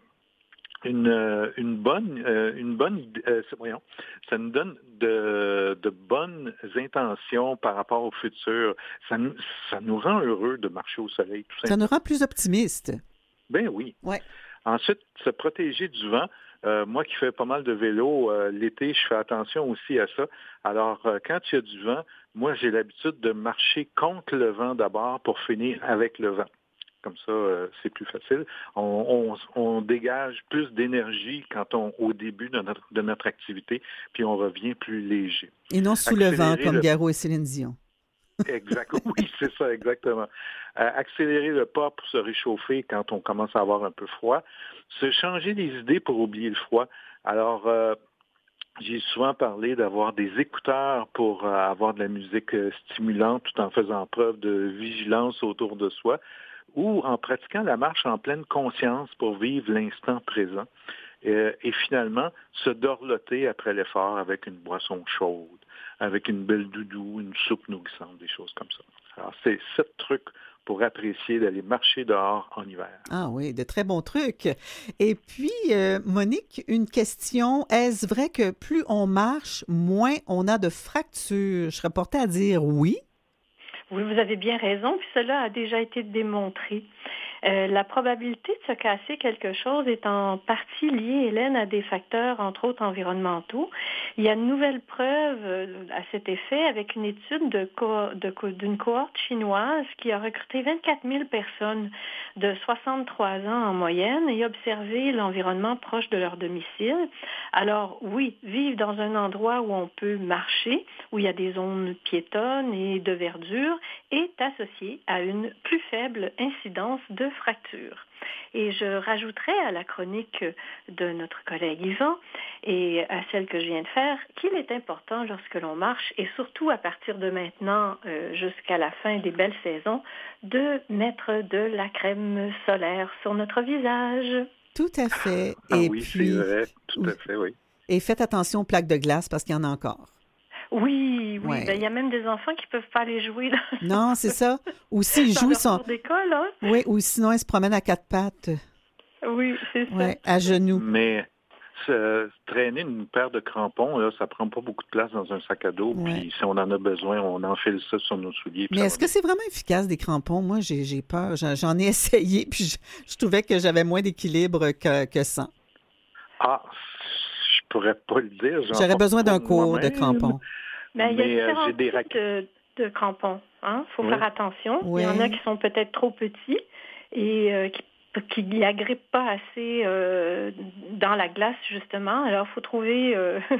Speaker 5: une bonne ça nous donne de bonnes intentions par rapport au futur. Ça nous rend heureux de marcher au soleil, tout simplement.
Speaker 2: Ça nous rend plus optimistes.
Speaker 5: Ben oui.
Speaker 2: Ouais.
Speaker 5: Ensuite, se protéger du vent. Moi qui fais pas mal de vélo, l'été, je fais attention aussi à ça. Alors, quand il y a du vent, moi, j'ai l'habitude de marcher contre le vent d'abord pour finir avec le vent. Comme ça, c'est plus facile. On dégage plus d'énergie au début de notre activité, puis on revient plus léger.
Speaker 2: Et non sous le vent, comme Garot et Céline Dion.
Speaker 5: Exact. Oui, c'est ça, exactement. Accélérer le pas pour se réchauffer quand on commence à avoir un peu froid. Se changer les idées pour oublier le froid. Alors, j'ai souvent parlé d'avoir des écouteurs pour avoir de la musique stimulante tout en faisant preuve de vigilance autour de soi, ou en pratiquant la marche en pleine conscience pour vivre l'instant présent. Et finalement, se dorloter après l'effort avec une boisson chaude, avec une belle doudou, une soupe nourrissante, des choses comme ça. Alors, c'est 7 trucs pour apprécier d'aller marcher dehors en hiver.
Speaker 2: Ah oui, de très bons trucs. Et puis, Monique, une question. Est-ce vrai que plus on marche, moins on a de fractures? Je serais portée à dire oui.
Speaker 4: Oui, vous avez bien raison, puis cela a déjà été démontré. La probabilité de se casser quelque chose est en partie liée, Hélène, à des facteurs, entre autres, environnementaux. Il y a de nouvelles preuves à cet effet avec une étude d'une cohorte chinoise qui a recruté 24 000 personnes de 63 ans en moyenne et observé l'environnement proche de leur domicile. Alors, oui, vivre dans un endroit où on peut marcher, où il y a des zones piétonnes et de verdure, est associé à une plus faible incidence de fractures. Et je rajouterai à la chronique de notre collègue Yvan et à celle que je viens de faire qu'il est important lorsque l'on marche et surtout à partir de maintenant jusqu'à la fin des belles saisons de mettre de la crème solaire sur notre visage.
Speaker 2: Tout à fait.
Speaker 5: Et oui, puis, c'est vrai, tout à fait, oui.
Speaker 2: Et faites attention aux plaques de glace parce qu'il y en a encore.
Speaker 4: Oui,
Speaker 2: ouais.
Speaker 4: Ben, y a même des enfants qui ne peuvent pas aller jouer.
Speaker 2: Non, c'est ça. Ou s'ils jouent,
Speaker 4: d'école, hein?
Speaker 2: Oui, ou sinon ils se promènent à 4 pattes.
Speaker 4: Oui, c'est ça.
Speaker 2: Ouais, à genoux.
Speaker 5: Mais traîner une paire de crampons, là, ça prend pas beaucoup de place dans un sac à dos. Ouais. Puis si on en a besoin, on enfile ça sur nos souliers.
Speaker 2: Mais est-ce que c'est vraiment efficace, des crampons? Moi, j'ai peur. J'en ai essayé, puis je trouvais que j'avais moins d'équilibre que sans.
Speaker 5: Ah, je pourrais pas le dire.
Speaker 2: J'aurais besoin d'un cours de crampons.
Speaker 4: Ben, il y a différents types de crampons. Hein? Faut faire attention. Oui. Il y en a qui sont peut-être trop petits et qui n'agrippent pas assez dans la glace, justement. Alors, il faut trouver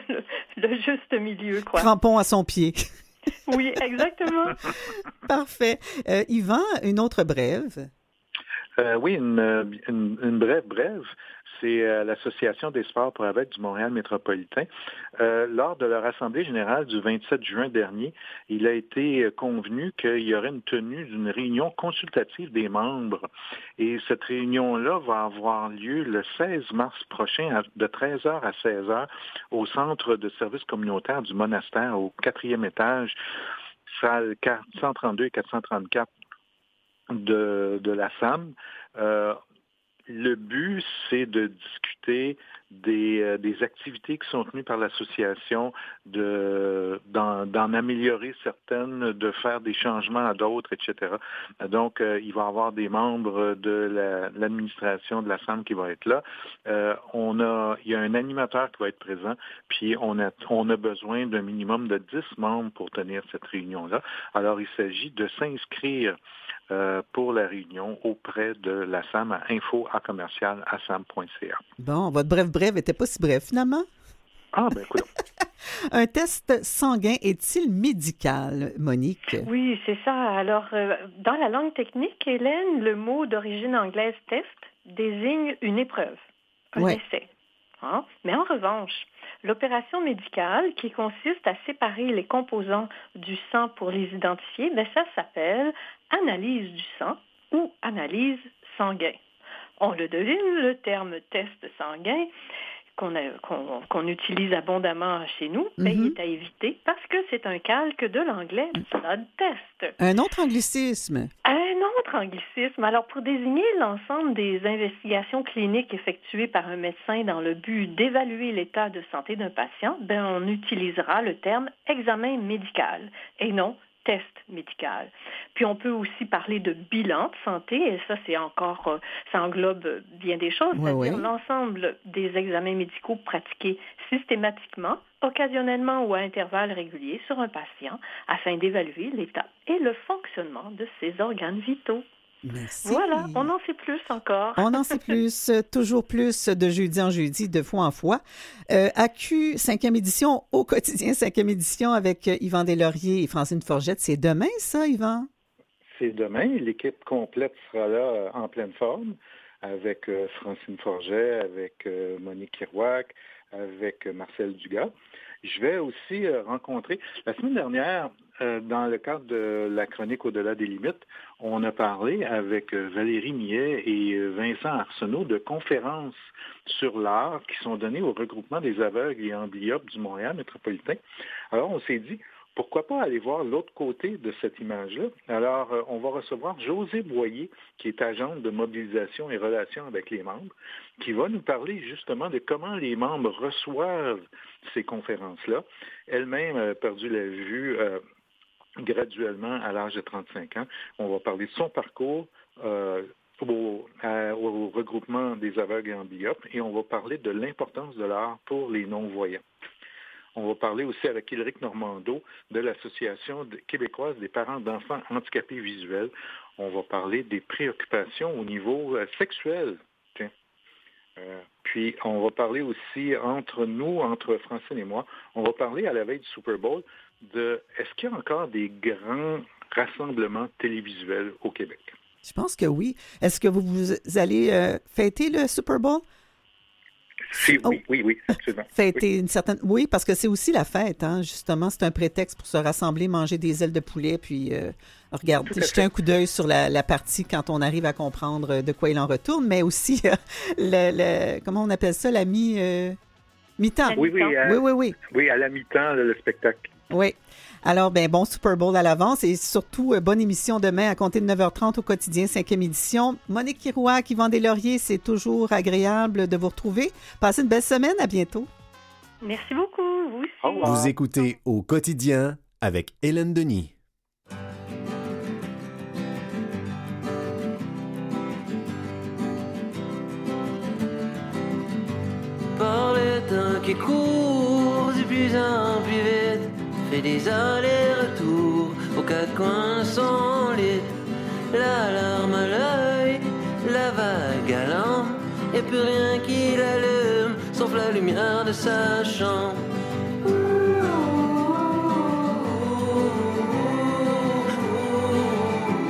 Speaker 4: le juste milieu, quoi.
Speaker 2: Crampons à son pied.
Speaker 4: Oui, exactement.
Speaker 2: Parfait. Yvan, une autre brève?
Speaker 5: Oui, une brève. c'est l'Association des sports pour aveugles du Montréal métropolitain. Lors de leur assemblée générale du 27 juin dernier, il a été convenu qu'il y aurait une tenue d'une réunion consultative des membres. Et cette réunion-là va avoir lieu le 16 mars prochain de 13h à 16h au centre de services communautaires du monastère au 4e étage, salle 432 et 434 de la SAM. Le but, c'est de discuter des activités qui sont tenues par l'association, d'en améliorer certaines, de faire des changements à d'autres, etc. Donc, il va y avoir des membres de l'administration de la SAM qui va être là. Il y a un animateur qui va être présent, puis on a besoin d'un minimum de 10 membres pour tenir cette réunion-là. Alors, il s'agit de s'inscrire pour la réunion auprès de la SAM à info@sam.ca.
Speaker 2: Bon, votre bref n'était pas si bref, finalement.
Speaker 5: Ah, ben écoute.
Speaker 2: Un test sanguin est-il médical, Monique?
Speaker 4: Oui, c'est ça. Alors, dans la langue technique, Hélène, le mot d'origine anglaise « test » désigne une épreuve, un essai. Hein? Mais en revanche, l'opération médicale qui consiste à séparer les composants du sang pour les identifier, ben ça s'appelle analyse du sang ou analyse sanguin. On le devine, le terme test sanguin qu'on utilise abondamment chez nous, il est à éviter parce que c'est un calque de l'anglais blood test.
Speaker 2: Un autre anglicisme.
Speaker 4: Un autre anglicisme. Alors, pour désigner l'ensemble des investigations cliniques effectuées par un médecin dans le but d'évaluer l'état de santé d'un patient, on utilisera le terme examen médical et non test médical. Puis on peut aussi parler de bilan de santé, et ça, c'est encore, ça englobe bien des choses, c'est-à-dire l'ensemble des examens médicaux pratiqués systématiquement, occasionnellement ou à intervalles réguliers sur un patient afin d'évaluer l'état et le fonctionnement de ses organes vitaux.
Speaker 2: Merci.
Speaker 4: Voilà, on en sait plus encore.
Speaker 2: On en sait plus, toujours plus de jeudi en jeudi, de fois en fois. AQ 5e édition, au quotidien 5e édition avec Yvan Deslauriers et Francine Forgette. C'est demain, ça, Yvan?
Speaker 5: C'est demain. L'équipe complète sera là en pleine forme avec Francine Forget, avec Monique Kirouac, avec Marcel Dugas. Je vais aussi rencontrer... La semaine dernière, dans le cadre de la chronique Au-delà des limites, on a parlé avec Valérie Millet et Vincent Arsenault de conférences sur l'art qui sont données au regroupement des aveugles et amblyopes du Montréal métropolitain. Alors, on s'est dit, pourquoi pas aller voir l'autre côté de cette image-là? Alors, on va recevoir Josée Boyer, qui est agente de mobilisation et relations avec les membres, qui va nous parler justement de comment les membres reçoivent ces conférences-là. Elle-même a perdu la vue graduellement à l'âge de 35 ans. On va parler de son parcours au regroupement des aveugles et amblyopes, et on va parler de l'importance de l'art pour les non-voyants. On va parler aussi avec Ylric Normando de l'Association québécoise des parents d'enfants handicapés visuels. On va parler des préoccupations au niveau sexuel. Puis, on va parler aussi entre nous, entre Francine et moi, on va parler à la veille du Super Bowl de est-ce qu'il y a encore des grands rassemblements télévisuels au Québec?
Speaker 2: Je pense que oui. Est-ce que vous allez fêter le Super Bowl?
Speaker 5: Oui, absolument.
Speaker 2: Fêter une certaine... Oui, parce que c'est aussi la fête, hein, justement. C'est un prétexte pour se rassembler, manger des ailes de poulet, puis regarder, jeter un coup d'œil sur la partie quand on arrive à comprendre de quoi il en retourne, mais aussi, comment on appelle ça, la mi-temps?
Speaker 5: Oui. Oui, à la mi-temps, le spectacle.
Speaker 2: Oui. Alors, bon Super Bowl à l'avance et surtout, bonne émission demain à compter de 9h30 au quotidien 5e édition. Monique Kirouac, Yvan Deslauriers, c'est toujours agréable de vous retrouver. Passez une belle semaine. À bientôt.
Speaker 4: Merci beaucoup. Vous aussi.
Speaker 7: Au revoir. Vous écoutez Au quotidien avec Hélène Denis.
Speaker 10: Par le temps qui court de plus en plus vite, fait des allers-retours aux quatre coins de son lit. La larme à l'œil, la vague à l'âme, et plus rien qui l'allume, sauf la lumière de sa chambre.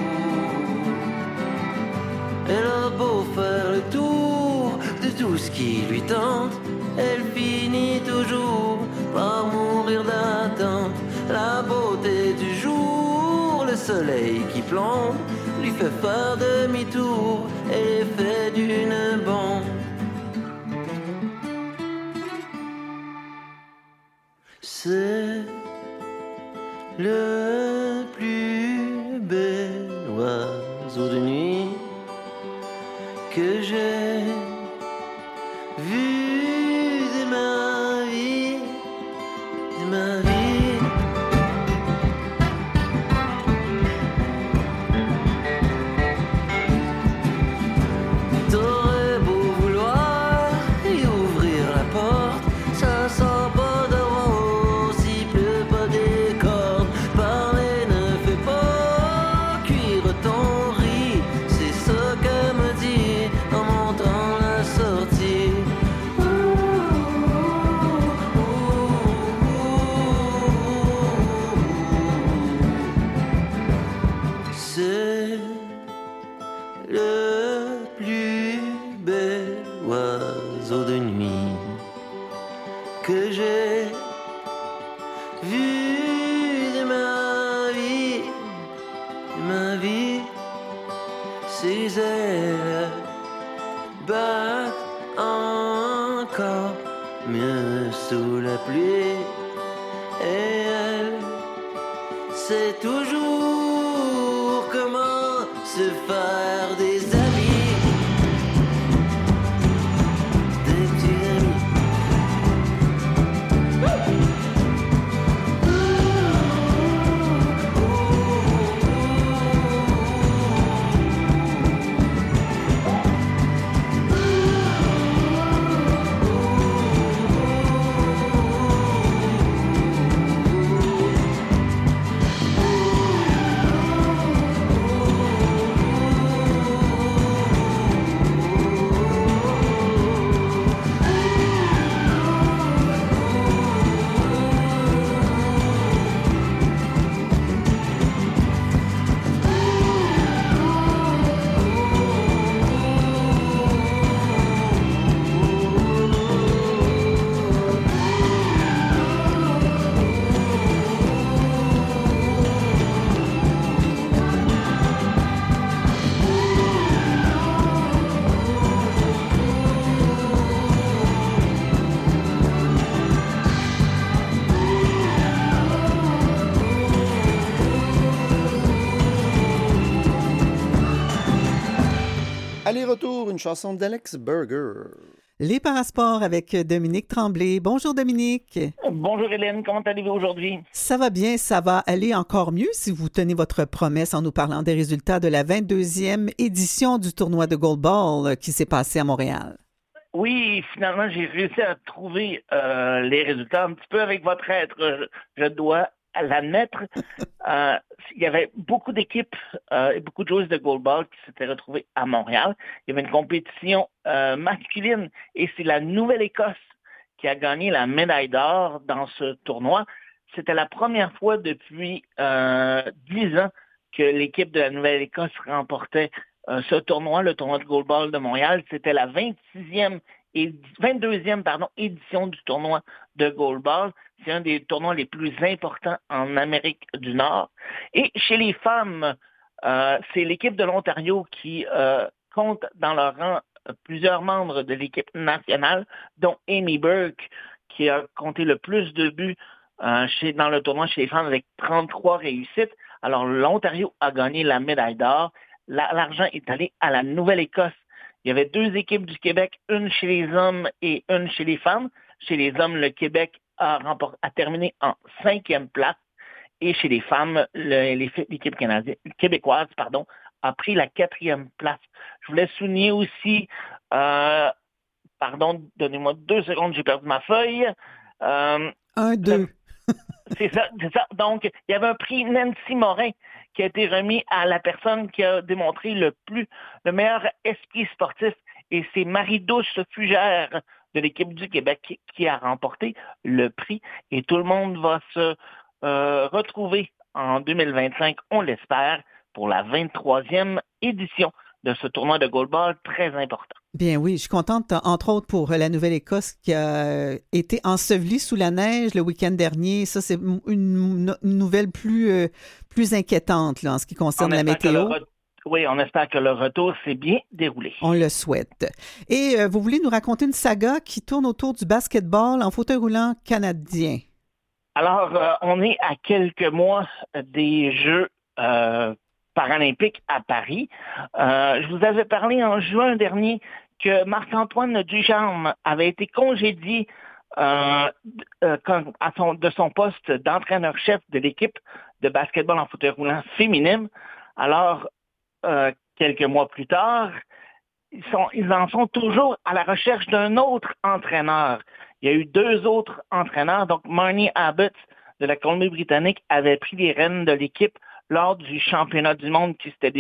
Speaker 10: Elle a beau faire le tour de tout ce qui soleil qui plombe lui fait faire demi-tour et l'effet d'une bombe. C'est le plus bel oiseau de nuit que j'ai vu de ma vie, de ma vie. T'aurais beau vouloir y ouvrir la porte, ça sent pas dehors, s'il pleut pas des cordes. Parler ne fait pas cuire ton riz, c'est ça qu'elle me dit en montant la sortie. C'est le plus bel oiseau de nuit que j'ai vu de ma vie, de ma vie. Ses ailes battent encore mieux sous la pluie et elle sait toujours comment se faire des amis, des petits amis.
Speaker 3: Aller-retour, une chanson d'Alex Burger.
Speaker 2: Les Parasports avec Dominique Tremblay. Bonjour Dominique.
Speaker 11: Bonjour Hélène, comment allez-vous aujourd'hui?
Speaker 2: Ça va bien, ça va aller encore mieux si vous tenez votre promesse en nous parlant des résultats de la 22e édition du tournoi de Gold Ball qui s'est passé à Montréal.
Speaker 11: Oui, finalement, j'ai réussi à trouver les résultats un petit peu avec votre aide, je dois l'admettre. Il y avait beaucoup d'équipes et beaucoup de joueuses de Gold Ball qui s'étaient retrouvées à Montréal. Il y avait une compétition masculine et c'est la Nouvelle-Écosse qui a gagné la médaille d'or dans ce tournoi. C'était la première fois depuis 10 ans que l'équipe de la Nouvelle-Écosse remportait ce tournoi, le tournoi de Gold Ball de Montréal. C'était la 22e édition du tournoi de Gold Ball. C'est un des tournois les plus importants en Amérique du Nord. Et chez les femmes, c'est l'équipe de l'Ontario qui compte dans leur rang plusieurs membres de l'équipe nationale, dont Amy Burke, qui a compté le plus de buts dans le tournoi chez les femmes avec 33 réussites. Alors, l'Ontario a gagné la médaille d'or. L'argent est allé à la Nouvelle-Écosse. Il y avait 2 équipes du Québec, une chez les hommes et une chez les femmes. Chez les hommes, le Québec a terminé en 5e place. Et chez les femmes, l'équipe québécoise a pris la 4e place. Je voulais souligner aussi, donnez-moi 2 secondes, j'ai perdu ma feuille.
Speaker 2: 1-2.
Speaker 11: C'est ça. Donc, il y avait un prix Nancy Morin qui a été remis à la personne qui a démontré le meilleur esprit sportif. Et c'est Marie-Douce Fugère de l'équipe du Québec qui a remporté le prix. Et tout le monde va se retrouver en 2025, on l'espère, pour la 23e édition de ce tournoi de goalball très important.
Speaker 2: Bien oui, je suis contente, entre autres, pour la Nouvelle-Écosse qui a été ensevelie sous la neige le week-end dernier. Ça, c'est une nouvelle plus inquiétante là, en ce qui concerne la météo.
Speaker 11: Oui, on espère que le retour s'est bien déroulé.
Speaker 2: On le souhaite. Et vous voulez nous raconter une saga qui tourne autour du basketball en fauteuil roulant canadien.
Speaker 11: Alors, on est à quelques mois des Jeux paralympiques à Paris. Je vous avais parlé en juin dernier que Marc-Antoine Ducharme avait été congédié de son poste d'entraîneur-chef de l'équipe de basketball en fauteuil roulant féminine. Alors, quelques mois plus tard, ils en sont toujours à la recherche d'un autre entraîneur. Il y a eu 2 autres entraîneurs. Donc, Marnie Abbott de la Colombie-Britannique avait pris les rênes de l'équipe lors du championnat du monde qui s'était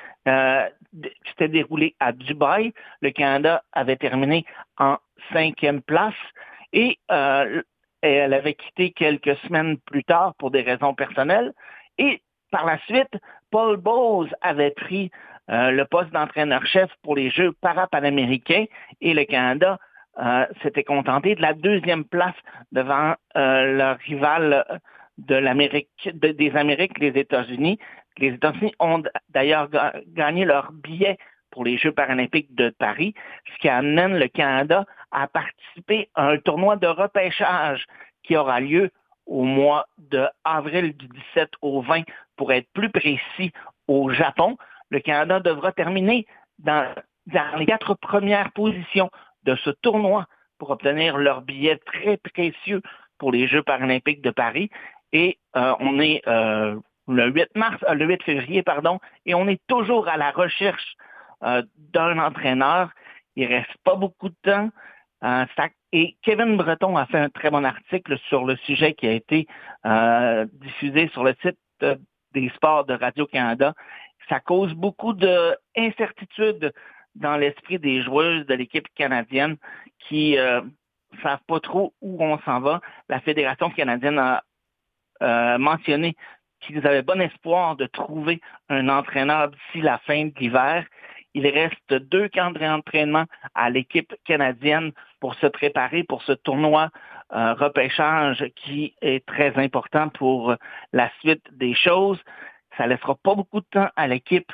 Speaker 11: déroulé à Dubaï. Le Canada avait terminé en 5e place et elle avait quitté quelques semaines plus tard pour des raisons personnelles. Et par la suite, Paul Bowles avait pris le poste d'entraîneur-chef pour les Jeux parapanaméricains et le Canada s'était contenté de la 2e place devant leur rival des Amériques, les États-Unis. Les États-Unis ont d'ailleurs gagné leur billet pour les Jeux paralympiques de Paris, ce qui amène le Canada à participer à un tournoi de repêchage qui aura lieu au mois d'avril du 17 au 20, pour être plus précis, au Japon. Le Canada devra terminer dans les 4 premières positions de ce tournoi pour obtenir leur billet très précieux pour les Jeux paralympiques de Paris. Et on est le 8 février, et on est toujours à la recherche d'un entraîneur. Il ne reste pas beaucoup de temps. Et Kevin Breton a fait un très bon article sur le sujet qui a été diffusé sur le site des sports de Radio-Canada. Ça cause beaucoup d'incertitudes dans l'esprit des joueuses de l'équipe canadienne qui ne savent pas trop où on s'en va. La Fédération canadienne a mentionné qu'ils avaient bon espoir de trouver un entraîneur d'ici la fin de l'hiver. Il reste 2 camps d'entraînement à l'équipe canadienne pour se préparer pour ce tournoi repêchage qui est très important pour la suite des choses. Ça ne laissera pas beaucoup de temps à l'équipe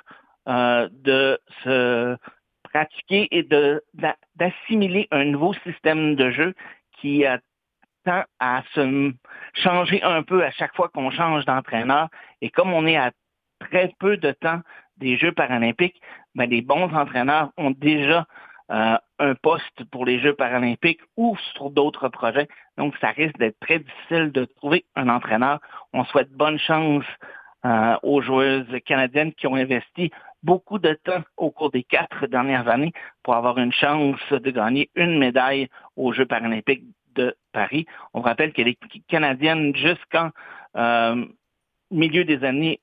Speaker 11: de se pratiquer et d'assimiler un nouveau système de jeu qui tend à se changer un peu à chaque fois qu'on change d'entraîneur. Et comme on est à très peu de temps des Jeux paralympiques, les bons entraîneurs ont déjà un poste pour les Jeux paralympiques ou sur d'autres projets. Donc, ça risque d'être très difficile de trouver un entraîneur. On souhaite bonne chance aux joueuses canadiennes qui ont investi beaucoup de temps au cours des 4 dernières années pour avoir une chance de gagner une médaille aux Jeux paralympiques de Paris. On rappelle que l'équipe canadienne, jusqu'en milieu des années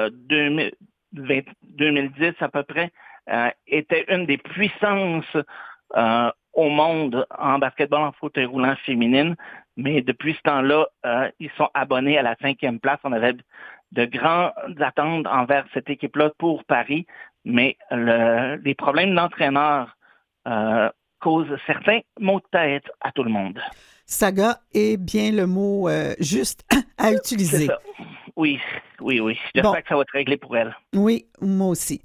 Speaker 11: 2010 à peu près, était une des puissances au monde en basketball en fauteuil roulant féminine. Mais depuis ce temps-là, ils sont abonnés à la 5e place. On avait de grandes attentes envers cette équipe-là pour Paris, mais les problèmes d'entraîneur causent certains maux de tête à tout le monde.
Speaker 2: Saga est bien le mot juste à utiliser.
Speaker 11: C'est ça. Oui. J'espère que ça va être réglé pour elle.
Speaker 2: Oui, moi aussi.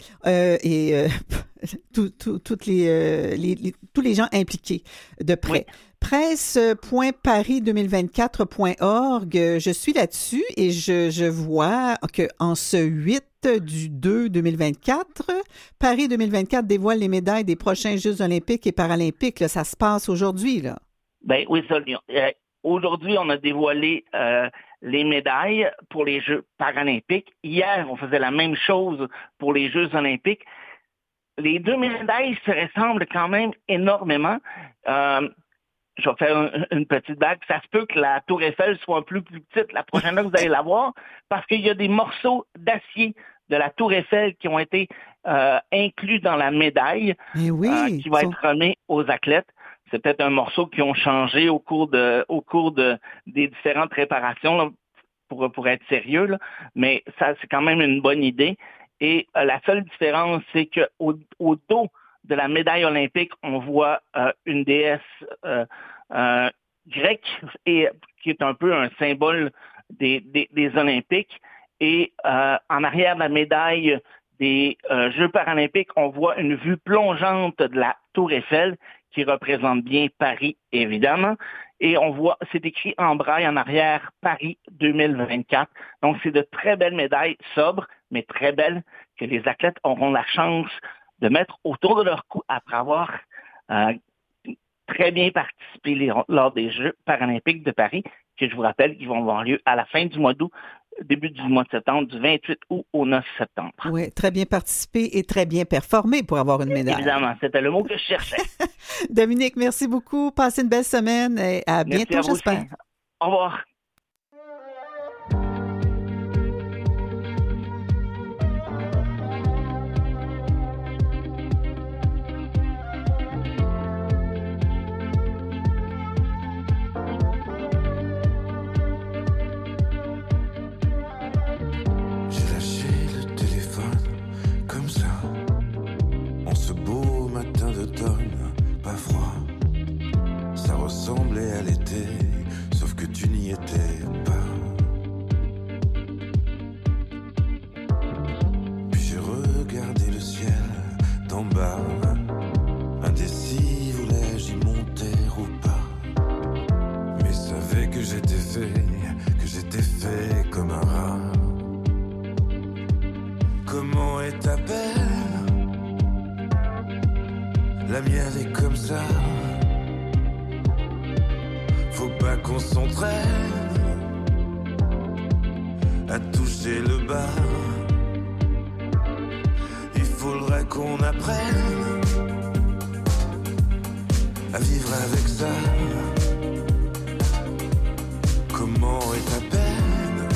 Speaker 2: Tous les gens impliqués de près. Oui. Presse.paris2024.org, je suis là-dessus et je vois qu'en ce 8 du 2 2024, Paris 2024 dévoile les médailles des prochains Jeux olympiques et paralympiques. Là, ça se passe aujourd'hui, là.
Speaker 11: Ben oui, ça. Aujourd'hui, on a dévoilé les médailles pour les Jeux paralympiques. Hier, on faisait la même chose pour les Jeux olympiques. Les 2 médailles se ressemblent quand même énormément. Je vais faire une petite blague. Ça se peut que la Tour Eiffel soit un peu plus petite la prochaine fois que vous allez la voir, parce qu'il y a des morceaux d'acier de la Tour Eiffel qui ont été inclus dans la médaille qui va être remis aux athlètes. C'est peut-être un morceau qui ont changé au cours des différentes réparations là, pour être sérieux, là. Mais ça, c'est quand même une bonne idée. Et la seule différence, c'est qu'au dos de la médaille olympique, on voit une déesse grecque et qui est un peu un symbole des Olympiques. Et en arrière de la médaille des Jeux paralympiques, on voit une vue plongeante de la Tour Eiffel qui représente bien Paris, évidemment. Et on voit, c'est écrit en braille en arrière, Paris 2024. Donc, c'est de très belles médailles sobres, mais très belles, que les athlètes auront la chance de mettre autour de leur cou après avoir très bien participé lors des Jeux paralympiques de Paris, que je vous rappelle qu'ils vont avoir lieu à la fin du mois d'août, début du mois de septembre, du 28 août au 9 septembre.
Speaker 2: Oui, très bien participé et très bien performé pour avoir une médaille.
Speaker 11: Évidemment, c'était le mot que je cherchais.
Speaker 2: Dominique, merci beaucoup. Passez une belle semaine et à bientôt, j'espère.
Speaker 11: Au revoir.
Speaker 12: Pas froid, ça ressemblait à l'été, sauf que tu n'y étais pas. Puis j'ai regardé le ciel d'en bas, indécis, voulais-je y monter ou pas. Mais savais que j'étais fait comme un rat. Comment est ta peine? La mienne est comme ça. Faut pas qu'on s'entraîne à toucher le bas. Il faudrait qu'on apprenne à vivre avec ça. Comment est ta peine?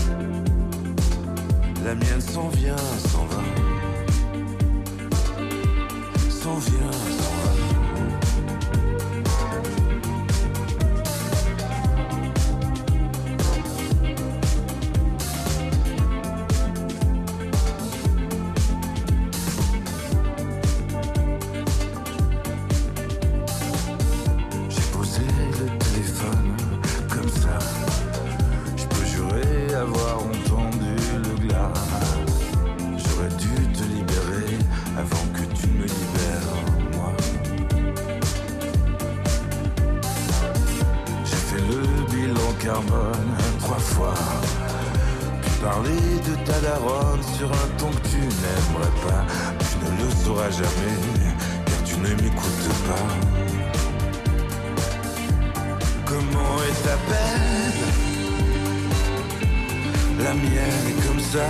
Speaker 12: La mienne s'en vient, s'en va. S'en vient, s'en va.
Speaker 13: carbone 3 fois. Puis parler de ta daronne sur un ton que tu n'aimerais pas. Tu ne le sauras jamais, car tu ne m'écoutes pas. Comment est ta peine? La mienne est comme ça.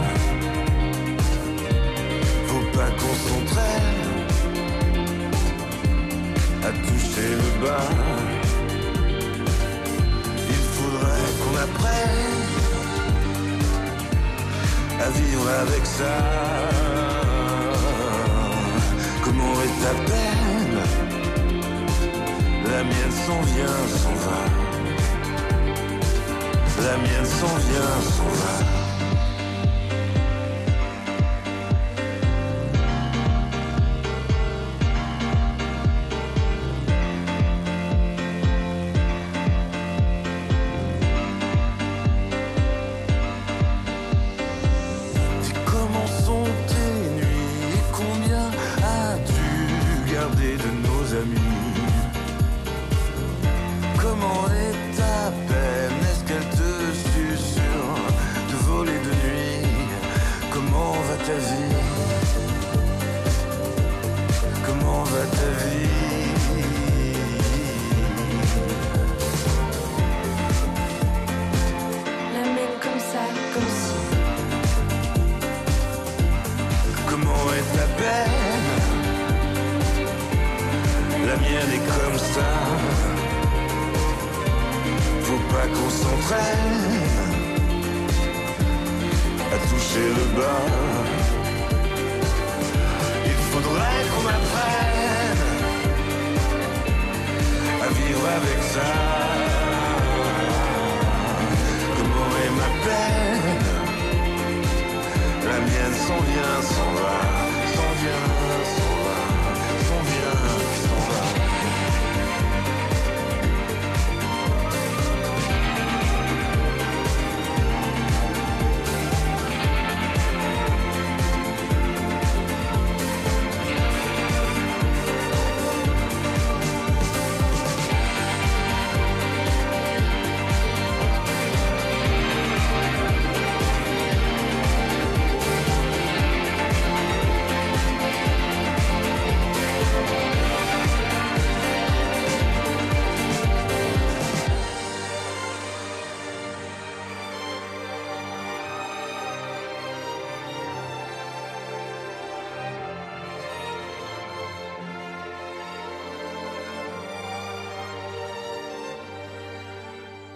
Speaker 13: Faut pas qu'on s'entraîne à toucher le bas. Il faudrait qu'on apprenne à vivre avec ça. Comment est ta peine? La mienne s'en vient, s'en va. La mienne s'en vient, s'en va.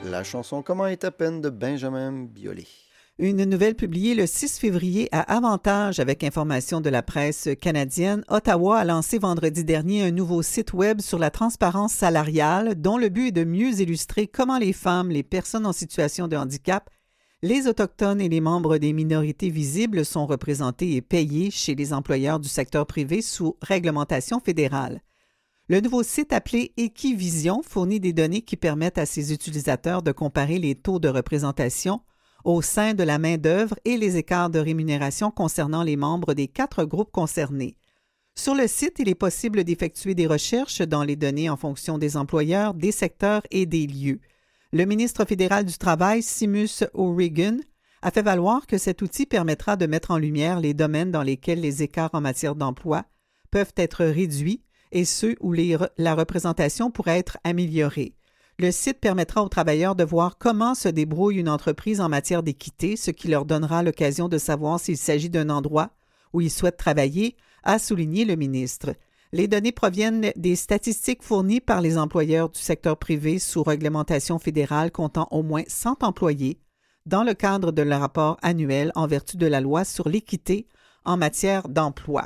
Speaker 3: la chanson « Comment est à peine » de Benjamin Biolay.
Speaker 2: Une nouvelle publiée le 6 février à Avantage avec information de la presse canadienne. Ottawa a lancé vendredi dernier un nouveau site web sur la transparence salariale dont le but est de mieux illustrer comment les femmes, les personnes en situation de handicap, les Autochtones et les membres des minorités visibles sont représentés et payés chez les employeurs du secteur privé sous réglementation fédérale. Le nouveau site appelé Equivision fournit des données qui permettent à ses utilisateurs de comparer les taux de représentation au sein de la main-d'œuvre et les écarts de rémunération concernant les membres des 4 groupes concernés. Sur le site, il est possible d'effectuer des recherches dans les données en fonction des employeurs, des secteurs et des lieux. Le ministre fédéral du Travail, Seamus O'Regan, a fait valoir que cet outil permettra de mettre en lumière les domaines dans lesquels les écarts en matière d'emploi peuvent être réduits et ceux où la représentation pourrait être améliorée. Le site permettra aux travailleurs de voir comment se débrouille une entreprise en matière d'équité, ce qui leur donnera l'occasion de savoir s'il s'agit d'un endroit où ils souhaitent travailler, a souligné le ministre. Les données proviennent des statistiques fournies par les employeurs du secteur privé sous réglementation fédérale comptant au moins 100 employés dans le cadre de leur rapport annuel en vertu de la loi sur l'équité en matière d'emploi.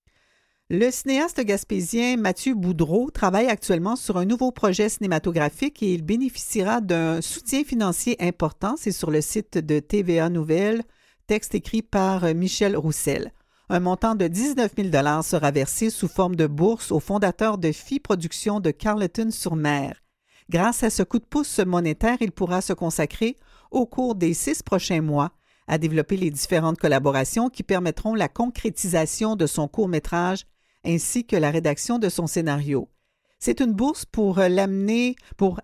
Speaker 2: Le cinéaste gaspésien Mathieu Boudreau travaille actuellement sur un nouveau projet cinématographique et il bénéficiera d'un soutien financier important. C'est sur le site de TVA Nouvelles, texte écrit par Michel Roussel. Un montant de 19 000 sera versé sous forme de bourse au fondateur de FI Productions de Carleton-sur-Mer. Grâce à ce coup de pouce monétaire, il pourra se consacrer au cours des 6 prochains mois à développer les différentes collaborations qui permettront la concrétisation de son court-métrage ainsi que la rédaction de son scénario. C'est une bourse pour amener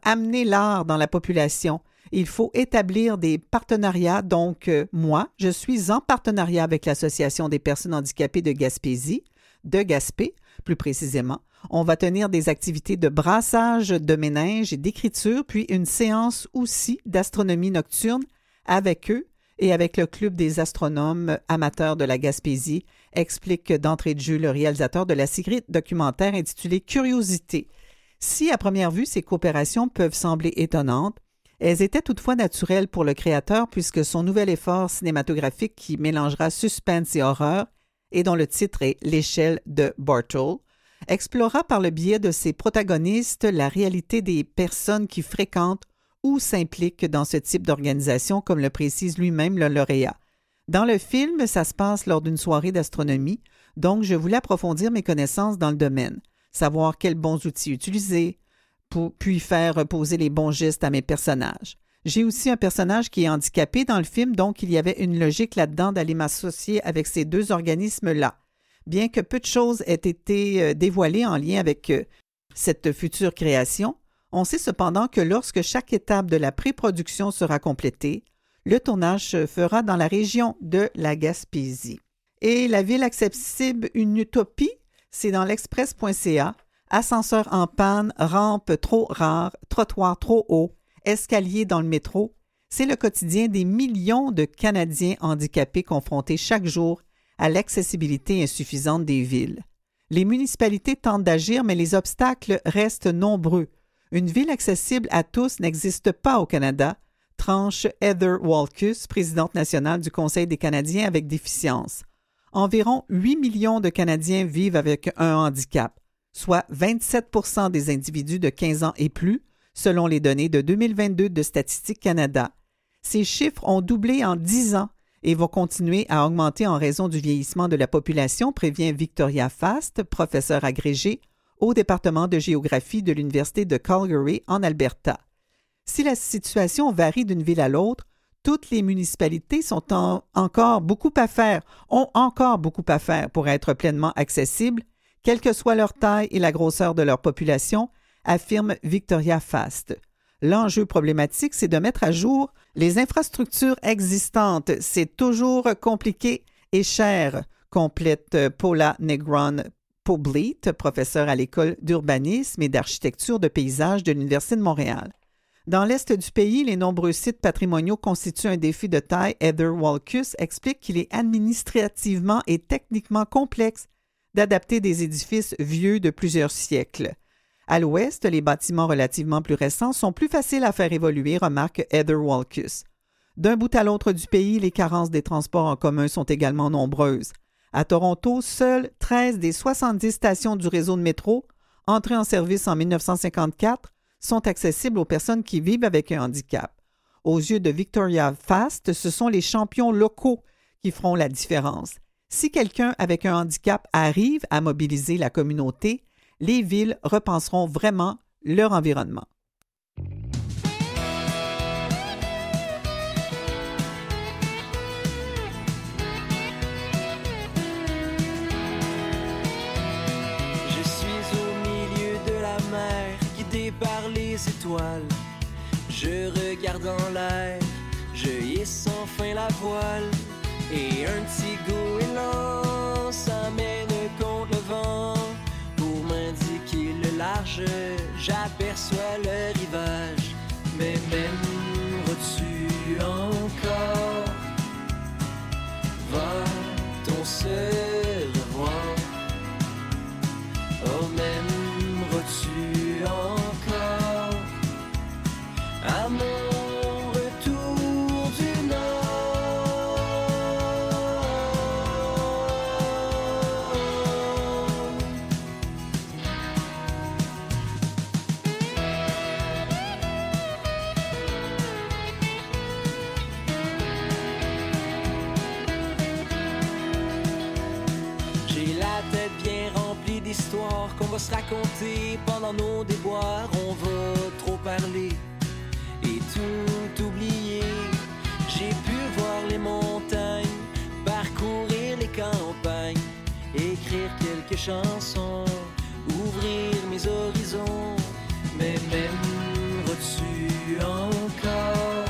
Speaker 2: l'art dans la population. Il faut établir des partenariats. Donc, moi, je suis en partenariat avec l'Association des personnes handicapées de Gaspésie, de Gaspé, plus précisément. On va tenir des activités de brassage de méninges et d'écriture, puis une séance aussi d'astronomie nocturne avec eux et avec le Club des astronomes amateurs de la Gaspésie, explique d'entrée de jeu le réalisateur de la série documentaire intitulée Curiosité. Si, à première vue, ces coopérations peuvent sembler étonnantes, elles étaient toutefois naturelles pour le créateur puisque son nouvel effort cinématographique qui mélangera suspense et horreur, et dont le titre est L'échelle de Bartle, explorera par le biais de ses protagonistes la réalité des personnes qui fréquentent ou s'impliquent dans ce type d'organisation, comme le précise lui-même le lauréat. Dans le film, ça se passe lors d'une soirée d'astronomie, donc je voulais approfondir mes connaissances dans le domaine, savoir quels bons outils utiliser, puis faire poser les bons gestes à mes personnages. J'ai aussi un personnage qui est handicapé dans le film, donc il y avait une logique là-dedans d'aller m'associer avec ces 2 organismes-là. Bien que peu de choses aient été dévoilées en lien avec cette future création, on sait cependant que lorsque chaque étape de la pré-production sera complétée, le tournage se fera dans la région de la Gaspésie. Et la ville accessible, une utopie, c'est dans l'express.ca. Ascenseur en panne, rampe trop rare, trottoir trop haut, escalier dans le métro. C'est le quotidien des millions de Canadiens handicapés confrontés chaque jour à l'accessibilité insuffisante des villes. Les municipalités tentent d'agir, mais les obstacles restent nombreux. Une ville accessible à tous n'existe pas au Canada, tranche Heather Walkus, présidente nationale du Conseil des Canadiens avec déficience. Environ 8 millions de Canadiens vivent avec un handicap, soit 27 % des individus de 15 ans et plus, selon les données de 2022 de Statistique Canada. Ces chiffres ont doublé en 10 ans et vont continuer à augmenter en raison du vieillissement de la population, prévient Victoria Fast, professeure agrégée au département de géographie de l'Université de Calgary en Alberta. Si la situation varie d'une ville à l'autre, toutes les municipalités ont encore beaucoup à faire pour être pleinement accessibles, quelle que soit leur taille et la grosseur de leur population, affirme Victoria Fast. L'enjeu problématique, c'est de mettre à jour les infrastructures existantes. C'est toujours compliqué et cher, complète Paula Negron-Poblit, professeure à l'École d'urbanisme et d'architecture de paysage de l'Université de Montréal. Dans l'Est du pays, les nombreux sites patrimoniaux constituent un défi de taille. Heather Walkus explique qu'il est administrativement et techniquement complexe d'adapter des édifices vieux de plusieurs siècles. À l'ouest, les bâtiments relativement plus récents sont plus faciles à faire évoluer, remarque Heather Walkus. D'un bout à l'autre du pays, les carences des transports en commun sont également nombreuses. À Toronto, seules 13 des 70 stations du réseau de métro, entrées en service en 1954, sont accessibles aux personnes qui vivent avec un handicap. Aux yeux de Victoria Fast, ce sont les champions locaux qui feront la différence. Si quelqu'un avec un handicap arrive à mobiliser la communauté, les villes repenseront vraiment leur environnement.
Speaker 14: Je suis au milieu de la mer, guidé par les étoiles. Je regarde en l'air, je hisse enfin la voile. Et un petit goéland s'amène contre le vent. Pour m'indiquer le large, j'aperçois le rivage. Mais m'aimeras-tu encore? Va-t-on se revoir? Oh, m'aimeras-tu encore? À mon retour du Nord. J'ai la tête bien remplie d'histoires qu'on va se raconter pendant nos déboires. On va trop parler et tout oublier. J'ai pu voir les montagnes, parcourir les campagnes, écrire quelques chansons, ouvrir mes horizons. Mais m'aimeras-tu encore?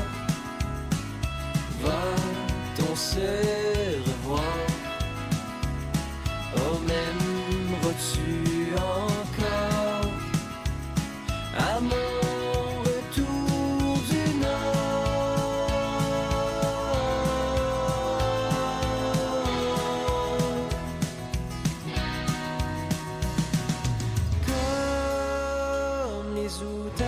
Speaker 14: Va-t-on se revoir? Oh, m'aimeras-tu encore? À mon retour du Nord. Comme les outardes,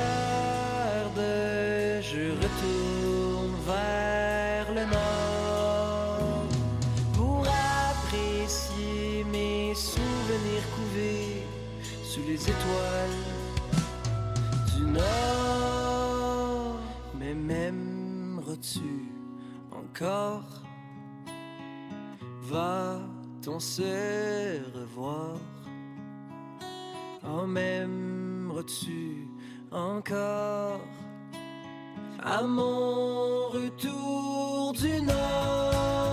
Speaker 14: je retourne vers le nord pour apprécier mes souvenirs couvés sous les étoiles du Nord. Mais m'aimeras-tu encore? Va-t-on se revoir? Oh, m'aimeras-tu encore? À mon retour du Nord.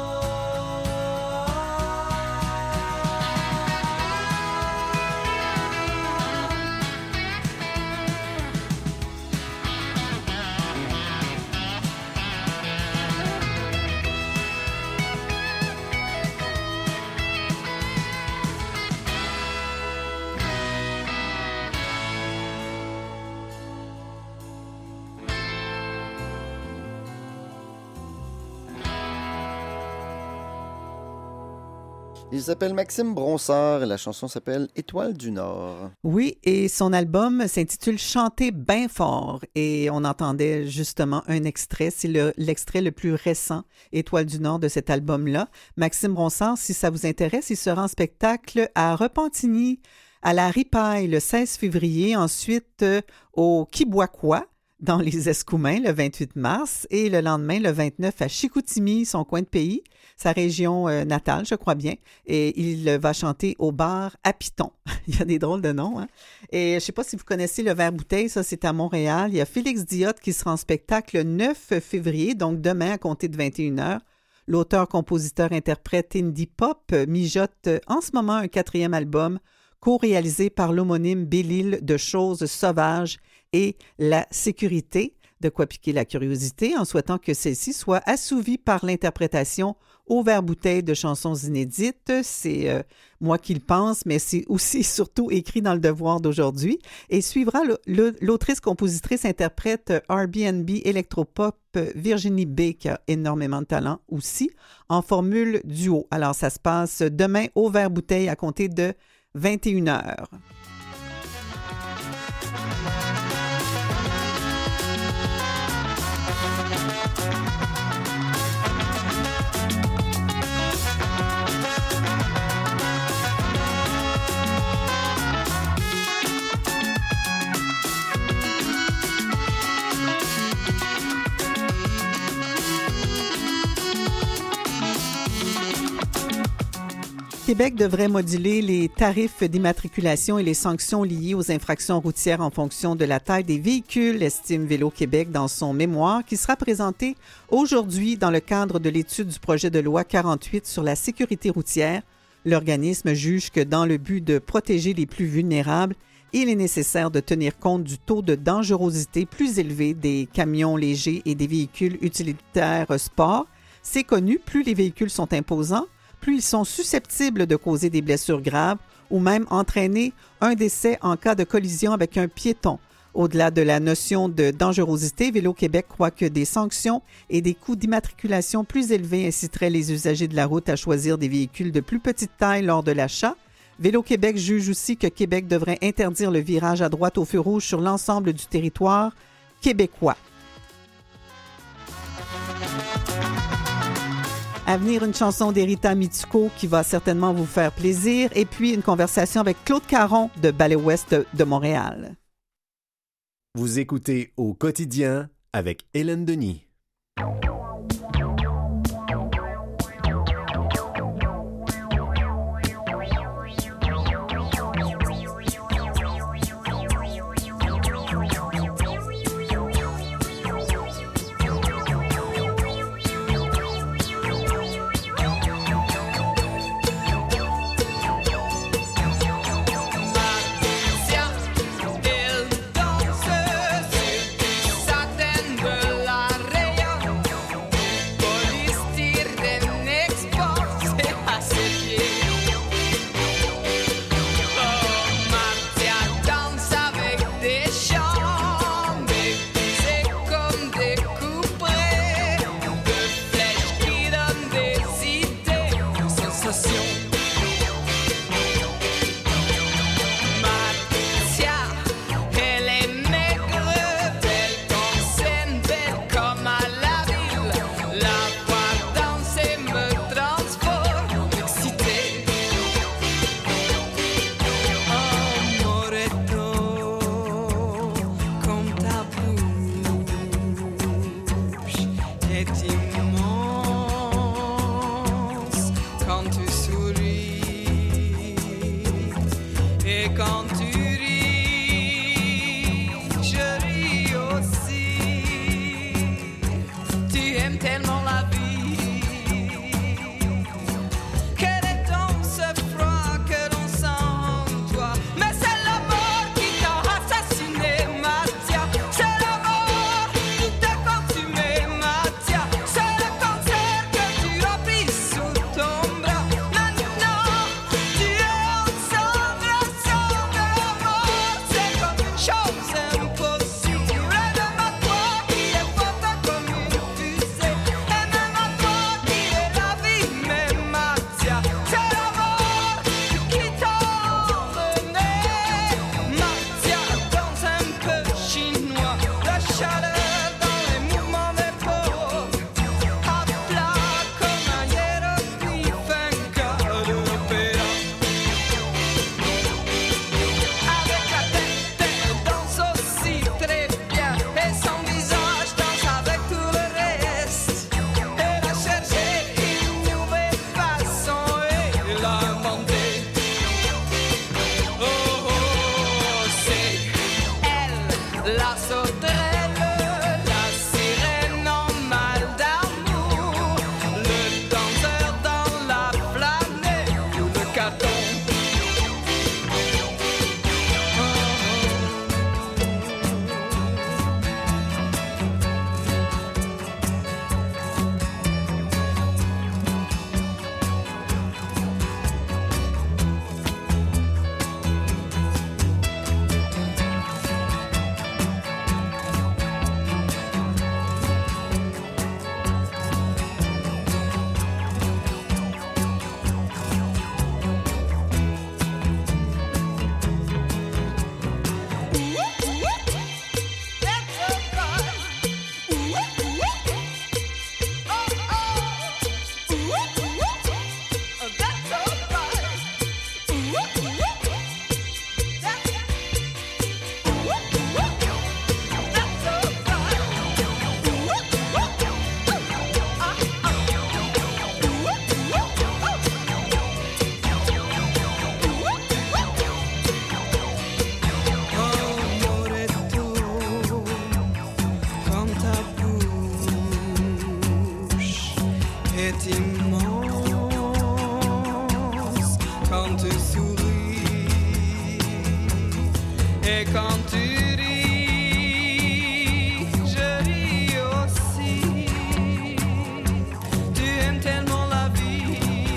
Speaker 3: Il s'appelle Maxime Bronsard et la chanson s'appelle Étoile du Nord.
Speaker 2: Oui, et son album s'intitule Chanter bien fort et on entendait justement un extrait, c'est l'extrait le plus récent, Étoile du Nord de cet album-là. Maxime Bronsard, si ça vous intéresse, il sera en spectacle à Repentigny, à la Ripaille le 16 février, ensuite au Kiboakwa, dans les Escoumins le 28 mars et le lendemain, le 29, à Chicoutimi, son coin de pays, sa région natale, je crois bien. Et il va chanter au bar à Piton. Il y a des drôles de noms, hein? Et je ne sais pas si vous connaissez le Verre-Bouteille, ça c'est à Montréal. Il y a Félix Diot qui sera en spectacle le 9 février, donc demain à compter de 21h. L'auteur, compositeur, interprète indie pop mijote en ce moment un 4e album co-réalisé par l'homonyme Belle-Île de Choses Sauvages et la sécurité, de quoi piquer la curiosité en souhaitant que celle-ci soit assouvie par l'interprétation au verre-bouteille de chansons inédites. C'est moi qui le pense, mais c'est aussi surtout écrit dans le Devoir d'aujourd'hui. Et suivra l'autrice, compositrice, interprète Airbnb électropop Virginie B, qui a énormément de talent aussi, en formule duo. Alors ça se passe demain au verre-bouteille à compter de 21h. Vélo-Québec devrait moduler les tarifs d'immatriculation et les sanctions liées aux infractions routières en fonction de la taille des véhicules, estime Vélo-Québec dans son mémoire qui sera présenté aujourd'hui dans le cadre de l'étude du projet de loi 48 sur la sécurité routière. L'organisme juge que dans le but de protéger les plus vulnérables, il est nécessaire de tenir compte du taux de dangerosité plus élevé des camions légers et des véhicules utilitaires sport. C'est connu, plus les véhicules sont imposants, plus ils sont susceptibles de causer des blessures graves ou même entraîner un décès en cas de collision avec un piéton. Au-delà de la notion de dangerosité, Vélo-Québec croit que des sanctions et des coûts d'immatriculation plus élevés inciteraient les usagers de la route à choisir des véhicules de plus petite taille lors de l'achat. Vélo-Québec juge aussi que Québec devrait interdire le virage à droite au feu rouge sur l'ensemble du territoire québécois. À venir, une chanson d'Erita Mitsuko qui va certainement vous faire plaisir et puis une conversation avec Claude Caron de Ballet Ouest de Montréal.
Speaker 7: Vous écoutez Au quotidien avec Hélène Denis.
Speaker 15: Et quand tu ris, je ris aussi. Tu aimes tellement la vie.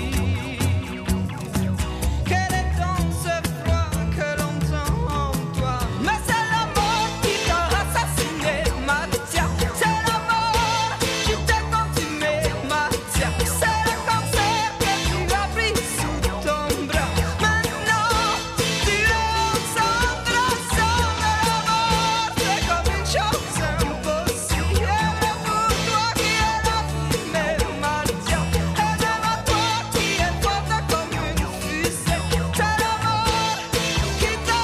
Speaker 15: Quel est donc ce froid que l'on sent en toi? Mais c'est la mort qui t'a assassiné, Mathia. C'est la mort qui t'a consumé, Mathia. C'est le cancer que tu as pris sous ton bras. Maintenant, tu es Sandra, sans la mort. C'est comme une chose impossible. Et pour toi qui es la fumée, Mathia. Et même à toi qui es forte comme une fusée. C'est la mort qui t'a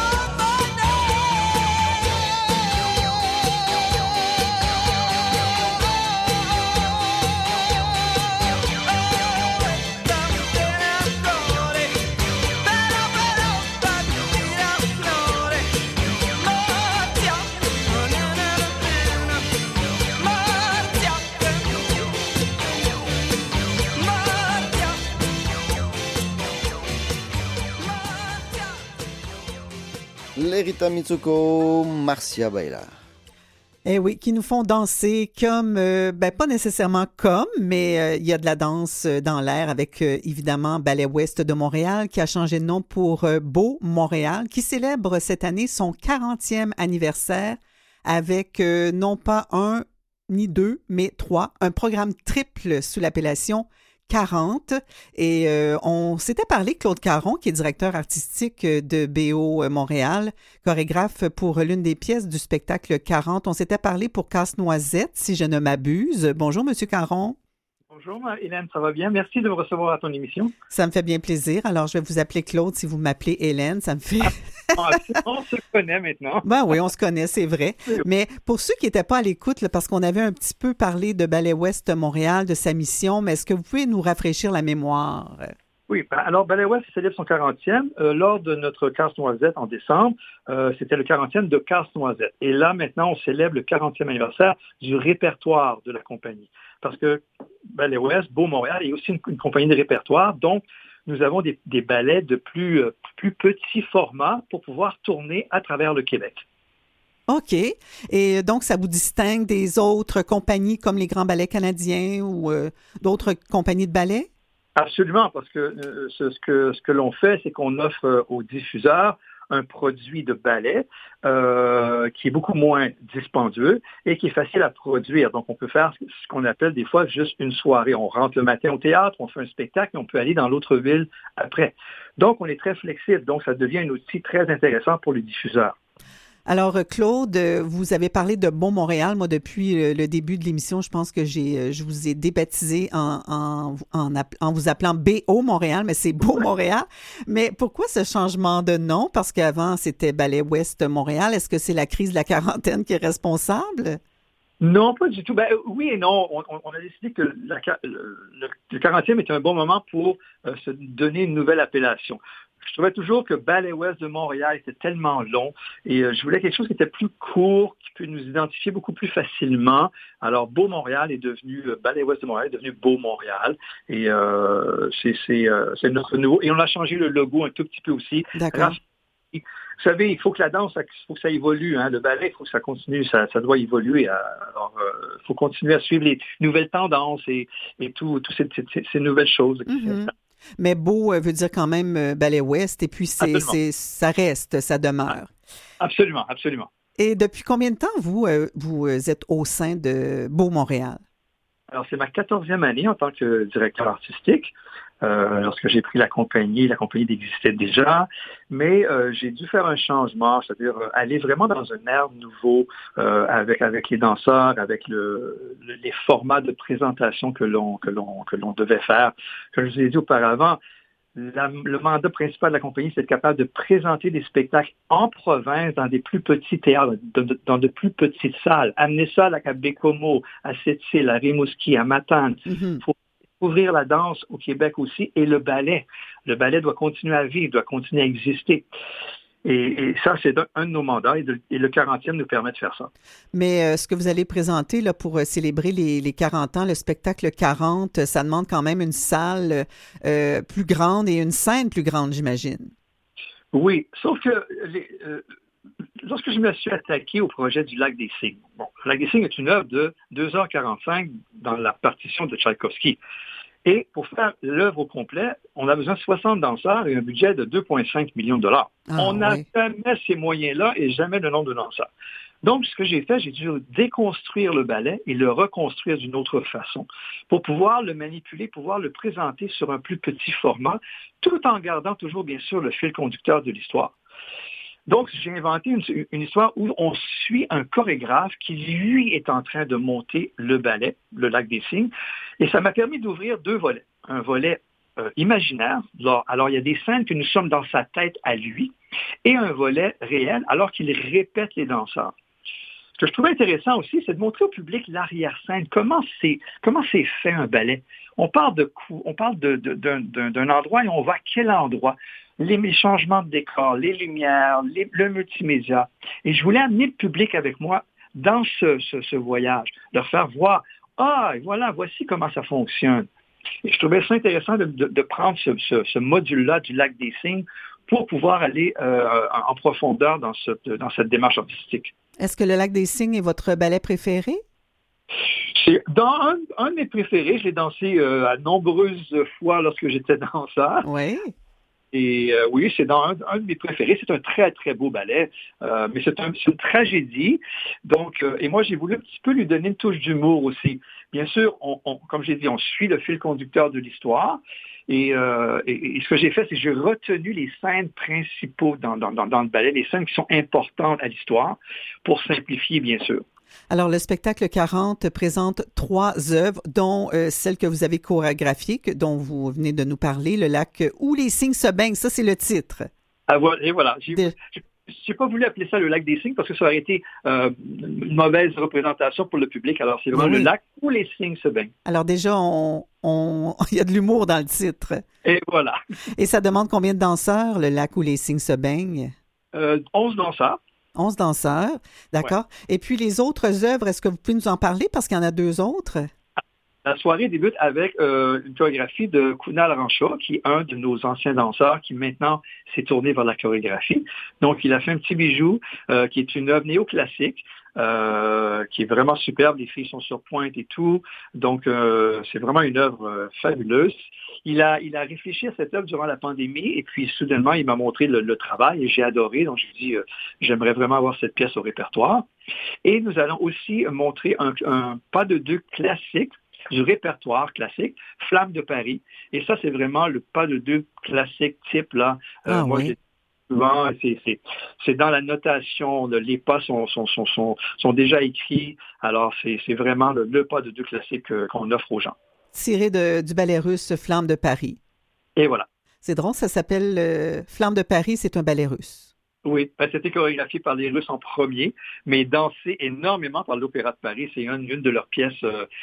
Speaker 3: Lerita Mitsuko, Marcia Baila.
Speaker 2: Eh oui, qui nous font danser comme, pas nécessairement comme, mais il y a de la danse dans l'air avec, évidemment, Ballet Ouest de Montréal qui a changé de nom pour Beau Montréal, qui célèbre cette année son 40e anniversaire avec non pas un ni deux, mais trois, un programme triple sous l'appellation 40. Et on s'était parlé, Claude Caron, qui est directeur artistique de BO Montréal, chorégraphe pour l'une des pièces du spectacle 40. On s'était parlé pour Casse-Noisette, si je ne m'abuse. Bonjour, Monsieur Caron.
Speaker 16: Bonjour, Hélène, ça va bien? Merci de me recevoir à ton émission.
Speaker 2: Ça me fait bien plaisir. Alors, je vais vous appeler Claude si vous m'appelez Hélène. Ça me fait...
Speaker 16: On se connaît maintenant.
Speaker 2: Ben oui, on se connaît, c'est vrai. Mais pour ceux qui n'étaient pas à l'écoute, là, parce qu'on avait un petit peu parlé de Ballet Ouest Montréal, de sa mission, mais est-ce que vous pouvez nous rafraîchir la mémoire?
Speaker 16: Oui, alors Ballet Ouest célèbre son 40e. Lors de notre Casse-Noisette en décembre, c'était le 40e de Casse-Noisette. Et là, maintenant, on célèbre le 40e anniversaire du répertoire de la compagnie. Parce que Ballet Ouest, Beau Montréal, est aussi une compagnie de répertoire. Donc, nous avons des ballets de plus petit format pour pouvoir tourner à travers le Québec.
Speaker 2: OK. Et donc, ça vous distingue des autres compagnies comme les Grands Ballets canadiens ou d'autres compagnies de ballets?
Speaker 16: Absolument, parce que ce que l'on fait, c'est qu'on offre aux diffuseurs un produit de ballet qui est beaucoup moins dispendieux et qui est facile à produire. Donc, on peut faire ce qu'on appelle des fois juste une soirée. On rentre le matin au théâtre, on fait un spectacle et on peut aller dans l'autre ville après. Donc, on est très flexible. Donc, ça devient un outil très intéressant pour les diffuseurs.
Speaker 2: Alors, Claude, vous avez parlé de Beau Montréal. Moi, depuis le début de l'émission, je pense que je vous ai débaptisé en vous appelant BO Montréal, mais c'est Beau Montréal. Mais pourquoi ce changement de nom? Parce qu'avant, c'était Ballet Ouest Montréal. Est-ce que c'est la crise de la quarantaine qui est responsable?
Speaker 16: Non, pas du tout. Ben, oui et non. On a décidé que le 40e était un bon moment pour se donner une nouvelle appellation. Je trouvais toujours que Ballet Ouest de Montréal était tellement long et je voulais quelque chose qui était plus court, qui peut nous identifier beaucoup plus facilement. Alors, Beau Montréal est devenu, Ballet Ouest de Montréal est devenu Beau Montréal et c'est notre nouveau. Et on a changé le logo un tout petit peu aussi.
Speaker 2: D'accord.
Speaker 16: Vous savez, il faut que la danse, il faut que ça évolue. Hein. Le ballet, il faut que ça continue, ça doit évoluer. Alors, il faut continuer à suivre les nouvelles tendances et toutes ces nouvelles choses.
Speaker 2: Mm-hmm. Mais Beau veut dire quand même Ballet Ouest, et puis ça reste, ça demeure.
Speaker 16: Absolument, absolument.
Speaker 2: Et depuis combien de temps vous êtes au sein de Beau Montréal?
Speaker 16: Alors, c'est ma 14e année en tant que directeur artistique. Lorsque j'ai pris la compagnie existait déjà, mais j'ai dû faire un changement, c'est-à-dire aller vraiment dans un air nouveau avec les danseurs, avec les formats de présentation que l'on devait faire. Comme je vous ai dit auparavant, le mandat principal de la compagnie, c'est d'être capable de présenter des spectacles en province, dans des plus petits théâtres, dans de plus petites salles. Amener ça à Bécomo, à Sept-Îles, à Rimouski, à Matane. Pour ouvrir la danse au Québec aussi, et le ballet. Le ballet doit continuer à vivre, doit continuer à exister. Et ça, c'est un de nos mandats, et le 40e nous permet de faire ça.
Speaker 2: Mais ce que vous allez présenter là, pour célébrer les 40 ans, le spectacle 40, ça demande quand même une salle plus grande et une scène plus grande, j'imagine.
Speaker 16: Oui, sauf que lorsque je me suis attaqué au projet du Lac des Cygnes, bon, le Lac des Cygnes est une œuvre de 2h45 dans la partition de Tchaïkovski. Et pour faire l'œuvre au complet, on a besoin de 60 danseurs et un budget de 2,5 millions de dollars. On n'a jamais ces moyens-là et jamais le nombre de danseurs. Donc, ce que j'ai fait, j'ai dû déconstruire le ballet et le reconstruire d'une autre façon pour pouvoir le manipuler, pouvoir le présenter sur un plus petit format, tout en gardant toujours, bien sûr, le fil conducteur de l'histoire. Donc, j'ai inventé une histoire où on suit un chorégraphe qui, lui, est en train de monter le ballet, le Lac des Cygnes, et ça m'a permis d'ouvrir 2 volets. Un volet imaginaire, alors il y a des scènes que nous sommes dans sa tête à lui, et un volet réel, alors qu'il répète les danseurs. Ce que je trouvais intéressant aussi, c'est de montrer au public l'arrière-scène, comment c'est fait un ballet. On parle d'un endroit et on va à quel endroit? Les changements de décor, les lumières, le multimédia. Et je voulais amener le public avec moi dans ce voyage, leur faire voir, voilà, voici comment ça fonctionne. Et je trouvais ça intéressant de prendre ce module-là du Lac des Cygnes pour pouvoir aller en profondeur dans cette démarche artistique.
Speaker 2: Est-ce que le Lac des Cygnes est votre ballet préféré?
Speaker 16: C'est dans un de mes préférés. Je l'ai dansé à nombreuses fois lorsque j'étais danseur.
Speaker 2: Oui.
Speaker 16: Et oui, c'est dans un de mes préférés. C'est un très, très beau ballet, mais c'est une tragédie. Donc, et moi, j'ai voulu un petit peu lui donner une touche d'humour aussi. Bien sûr, comme j'ai dit, on suit le fil conducteur de l'histoire. Et ce que j'ai fait, c'est que j'ai retenu les scènes principaux dans le ballet, les scènes qui sont importantes à l'histoire, pour simplifier, bien sûr.
Speaker 2: Alors, le spectacle 40 présente 3 œuvres, dont celle que vous avez chorégraphiée, dont vous venez de nous parler, Le lac où les cygnes se baignent. Ça, c'est le titre.
Speaker 16: Et voilà. J'ai pas voulu appeler ça le Lac des Cygnes parce que ça aurait été une mauvaise représentation pour le public. Alors, c'est vraiment le lac où les cygnes se baignent. Alors, déjà, il y a de l'humour dans le titre. Et voilà. Et ça demande combien de danseurs, le lac où les cygnes se baignent? 11 danseurs. 11 danseurs, d'accord. Ouais. Et puis les autres œuvres, est-ce que vous pouvez nous en parler parce qu'il y en a 2 autres? La soirée débute avec une chorégraphie de Kunal Rancha, qui est un de nos anciens danseurs qui maintenant s'est tourné vers la chorégraphie. Donc, il a fait un petit bijou qui est une œuvre néoclassique, qui est vraiment superbe. Les filles sont sur pointe et tout. Donc, c'est vraiment une œuvre fabuleuse. Il a réfléchi à cette œuvre durant la pandémie et puis soudainement, il m'a montré le travail et j'ai adoré. Donc, je lui ai dit, j'aimerais vraiment avoir cette pièce au répertoire. Et nous allons aussi montrer un pas de 2 classique du répertoire classique, Flamme de Paris. Et ça, c'est vraiment le pas de 2 classique type, là. Moi, oui. Souvent, c'est dans la notation, les pas sont déjà écrits. Alors, c'est vraiment le pas de 2 classiques qu'on offre aux gens. Tiré du ballet russe Flamme de Paris. Et voilà. C'est drôle, ça s'appelle Flamme de Paris, c'est un ballet russe. Oui, c'était chorégraphié par les Russes en premier, mais dansé énormément par l'Opéra de Paris. C'est une de leurs pièces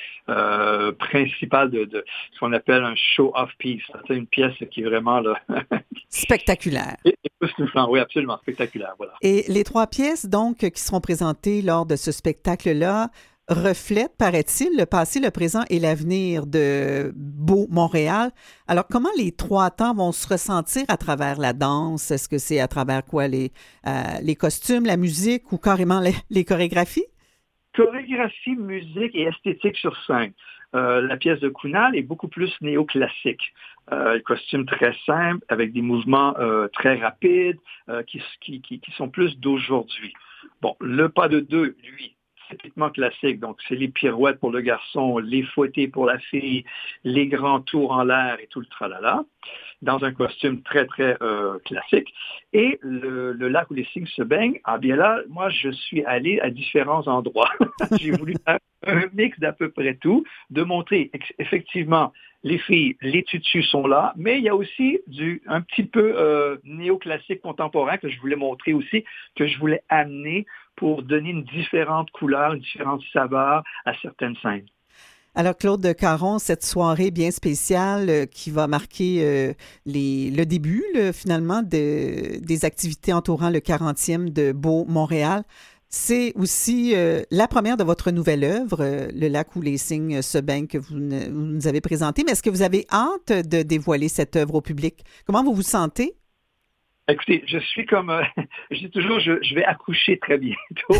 Speaker 16: principales de ce qu'on appelle un show-off piece. C'est une pièce qui est vraiment spectaculaire. Oui, absolument, spectaculaire. Voilà. Et les 3 pièces, donc, qui seront présentées lors de ce spectacle-là, reflète, paraît-il, le passé, le présent et l'avenir de Beau Montréal. Alors, comment les 3 temps vont se ressentir à travers la danse? Est-ce que c'est à travers quoi? Les costumes, la musique ou carrément les chorégraphies? Chorégraphie, musique et esthétique sur scène. La pièce de Kunal est beaucoup plus néoclassique. Les costumes très simples, avec des mouvements très rapides, qui sont plus d'aujourd'hui. Bon, le pas de 2, lui, typiquement classique. Donc, c'est les pirouettes pour le garçon, les fouettés pour la fille, les grands tours en l'air et tout le tralala, dans un costume très, très classique. Et le lac où les cygnes se baignent, bien là, moi, je suis allé à différents endroits. J'ai voulu faire un mix d'à peu près tout, de montrer effectivement les filles, les tutus sont là, mais il y a aussi un petit peu néoclassique contemporain que je voulais montrer aussi, que je voulais amener pour donner une différente couleur, une différente saveur à certaines scènes. Alors, Claude Caron, cette soirée bien spéciale qui va marquer le début, finalement, des activités entourant le 40e de Beau Montréal, c'est aussi la première de votre nouvelle œuvre, Le lac où les cygnes se baignent, que vous nous avez présenté. Mais est-ce que vous avez hâte de dévoiler cette œuvre au public? Comment vous vous sentez? Écoutez, je suis comme, je dis toujours, je vais accoucher très bientôt.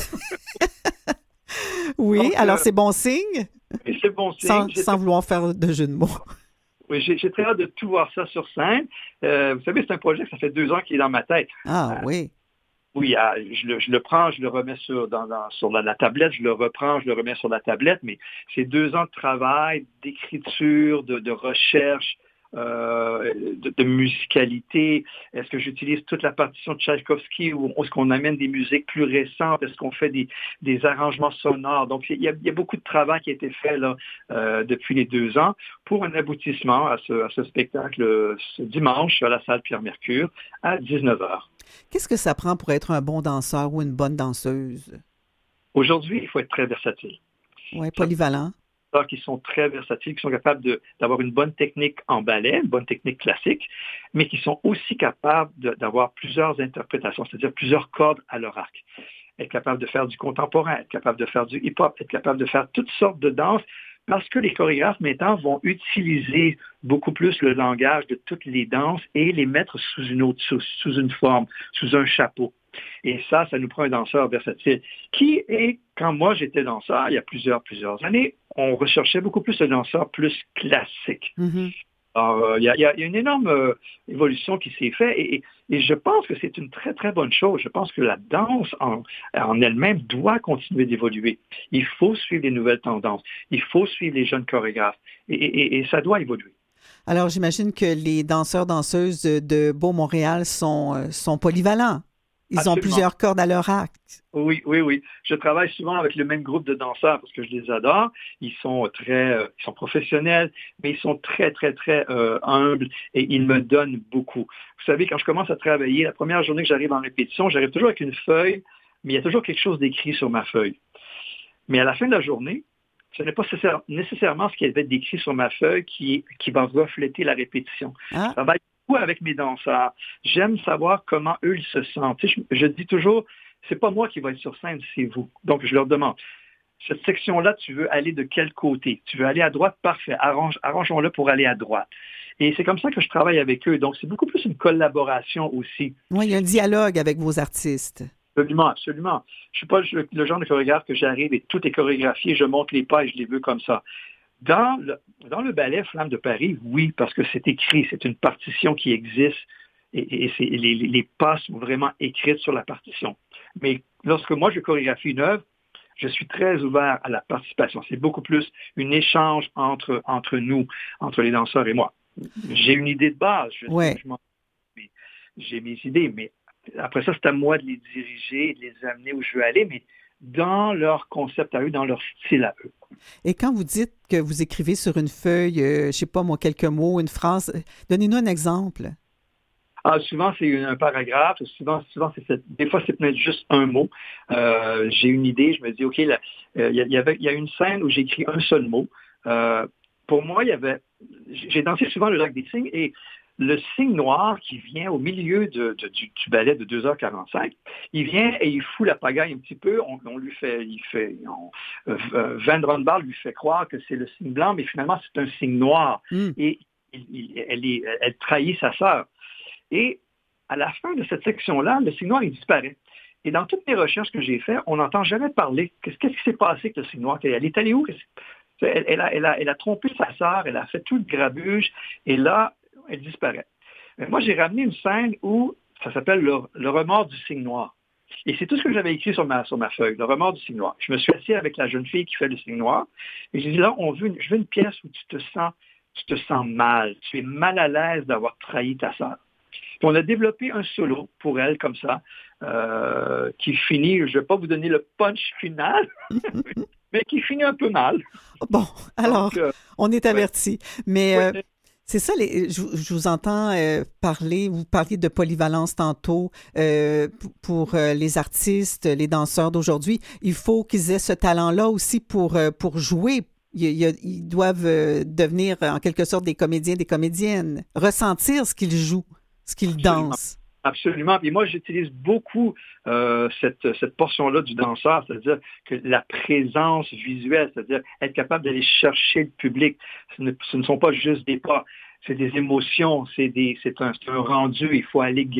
Speaker 2: Oui, donc, alors c'est bon signe?
Speaker 16: C'est bon signe.
Speaker 2: Sans vouloir faire de jeu de mots.
Speaker 16: Oui, j'ai très hâte de tout voir ça sur scène. Vous savez, c'est un projet que ça fait 2 ans qu'il est dans ma tête.
Speaker 2: Ah oui.
Speaker 16: Oui, je le prends, je le remets sur la tablette, je le reprends, je le remets sur la tablette, mais c'est 2 ans de travail, d'écriture, de recherche, de musicalité. Est-ce que j'utilise toute la partition de Tchaïkovski ou est-ce qu'on amène des musiques plus récentes? Est-ce qu'on fait des arrangements sonores? Donc, il y a beaucoup de travail qui a été fait là, depuis les 2 ans pour un aboutissement à ce spectacle ce dimanche à la salle Pierre-Mercure à 19h.
Speaker 2: Qu'est-ce que ça prend pour être un bon danseur ou une bonne danseuse?
Speaker 16: Aujourd'hui, il faut être très versatile.
Speaker 2: Oui, polyvalent.
Speaker 16: Qui sont très versatiles, qui sont capables d'avoir une bonne technique en ballet, une bonne technique classique, mais qui sont aussi capables d'avoir plusieurs interprétations, c'est-à-dire plusieurs cordes à leur arc. Être capable de faire du contemporain, être capable de faire du hip-hop, être capable de faire toutes sortes de danses, parce que les chorégraphes maintenant vont utiliser beaucoup plus le langage de toutes les danses et les mettre sous une forme, sous un chapeau. Et ça nous prend un danseur versatile. Qui est, quand moi j'étais danseur, il y a plusieurs années, on recherchait beaucoup plus un danseur plus classique.
Speaker 2: Mm-hmm.
Speaker 16: Alors, il y a une énorme évolution qui s'est faite et je pense que c'est une très, très bonne chose. Je pense que la danse en elle-même doit continuer d'évoluer. Il faut suivre les nouvelles tendances. Il faut suivre les jeunes chorégraphes et ça doit évoluer.
Speaker 2: Alors, j'imagine que les danseurs-danseuses de Beau-Montréal sont polyvalents. Ils
Speaker 16: Absolument.
Speaker 2: ont plusieurs cordes à leur arc.
Speaker 16: Oui. Je travaille souvent avec le même groupe de danseurs parce que je les adore. Ils sont professionnels, mais ils sont très, très, très humbles et ils me donnent beaucoup. Vous savez, quand je commence à travailler, la première journée que j'arrive en répétition, j'arrive toujours avec une feuille, mais il y a toujours quelque chose d'écrit sur ma feuille. Mais à la fin de la journée, ce n'est pas nécessairement ce qui va être décrit sur ma feuille qui va refléter la répétition. Je travaille avec mes danseurs. J'aime savoir comment eux ils se sentent. Tu sais, je dis toujours, c'est pas moi qui vais être sur scène, c'est vous. Donc, je leur demande, cette section-là, tu veux aller de quel côté? Tu veux aller à droite? Parfait. Arrangeons-le pour aller à droite. Et c'est comme ça que je travaille avec eux. Donc, c'est beaucoup plus une collaboration aussi.
Speaker 2: Oui, il y a un dialogue avec vos artistes.
Speaker 16: Absolument. Je ne suis pas le genre de chorégraphe que j'arrive et tout est chorégraphié, je monte les pas et je les veux comme ça. Dans le ballet Flamme de Paris, oui, parce que c'est écrit, c'est une partition qui existe et les pas sont vraiment écrites sur la partition. Mais lorsque moi je chorégraphie une œuvre, je suis très ouvert à la participation. C'est beaucoup plus un échange entre nous, entre les danseurs et moi. J'ai une idée de base, j'ai mes idées, mais après ça, c'est à moi de les diriger, de les amener où je veux aller, mais dans leur concept à eux, dans leur style à eux.
Speaker 2: Et quand vous dites que vous écrivez sur une feuille, je ne sais pas moi, quelques mots, une phrase, donnez-nous un exemple.
Speaker 16: Souvent, c'est un paragraphe. Souvent des fois, c'est peut-être juste un mot. J'ai une idée, je me dis, OK, il y a une scène où j'ai écrit un seul mot. Pour moi, j'ai dansé souvent le Lac des Cygnes et le cygne noir qui vient au milieu du ballet de 2h45, il vient et il fout la pagaille un petit peu. Van Ronbal lui fait croire que c'est le cygne blanc, mais finalement, c'est un cygne noir. Et elle trahit sa sœur. Et à la fin de cette section-là, le cygne noir, il disparaît. Et dans toutes les recherches que j'ai faites, on n'entend jamais parler. Qu'est-ce qui s'est passé avec le cygne noir? Elle est allée où? Elle a trompé sa sœur, elle a fait tout le grabuge, et là, elle disparaît. Mais moi, j'ai ramené une scène où ça s'appelle le remords du cygne noir. Et c'est tout ce que j'avais écrit sur ma feuille, le remords du cygne noir. Je me suis assis avec la jeune fille qui fait le cygne noir, et j'ai dit là, je veux une pièce où tu te sens mal, tu es mal à l'aise d'avoir trahi ta sœur. Puis on a développé un solo pour elle comme ça, qui finit, je ne vais pas vous donner le punch final, mais qui finit un peu mal.
Speaker 2: Bon, alors, donc, on est averti. Mais c'est ça, je vous entends parler, vous parliez de polyvalence tantôt pour les artistes, les danseurs d'aujourd'hui. Il faut qu'ils aient ce talent-là aussi pour jouer. Ils doivent devenir en quelque sorte des comédiens, des comédiennes, ressentir ce qu'ils jouent, ce qu'ils dansent.
Speaker 16: Absolument. Et moi, j'utilise beaucoup cette portion-là du danseur, c'est-à-dire que la présence visuelle, c'est-à-dire être capable d'aller chercher le public. Ce ne sont pas juste des pas, c'est des émotions, c'est un rendu. Il faut aller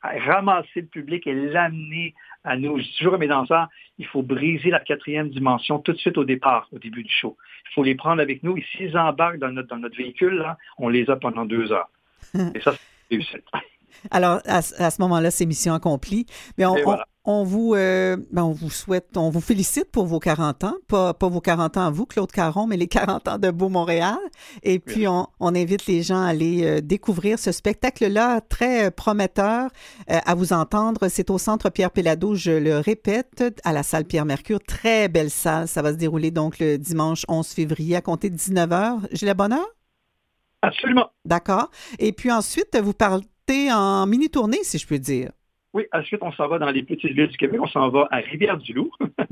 Speaker 16: ramasser le public et l'amener à nous. Je dis toujours à mes danseurs, il faut briser la 4e dimension tout de suite au départ, au début du show. Il faut les prendre avec nous et s'ils embarquent dans notre véhicule, là, on les a pendant 2 heures. Et ça, c'est réussite.
Speaker 2: Alors, à ce moment-là, c'est mission accomplie. Mais on vous souhaite, on vous félicite pour vos 40 ans. Pas vos 40 ans à vous, Claude Caron, mais les 40 ans de Beau Montréal. Et puis, on invite les gens à aller découvrir ce spectacle-là, très prometteur à vous entendre. C'est au Centre Pierre Péladeau, je le répète, à la salle Pierre-Mercure. Très belle salle. Ça va se dérouler donc le dimanche 11 février à compter de 19h. J'ai la bonne heure?
Speaker 16: Absolument.
Speaker 2: D'accord. Et puis ensuite, vous partez en mini-tournée, si je peux dire.
Speaker 16: Oui, ensuite, on s'en va dans les petites villes du Québec. On s'en va à Rivière-du-Loup.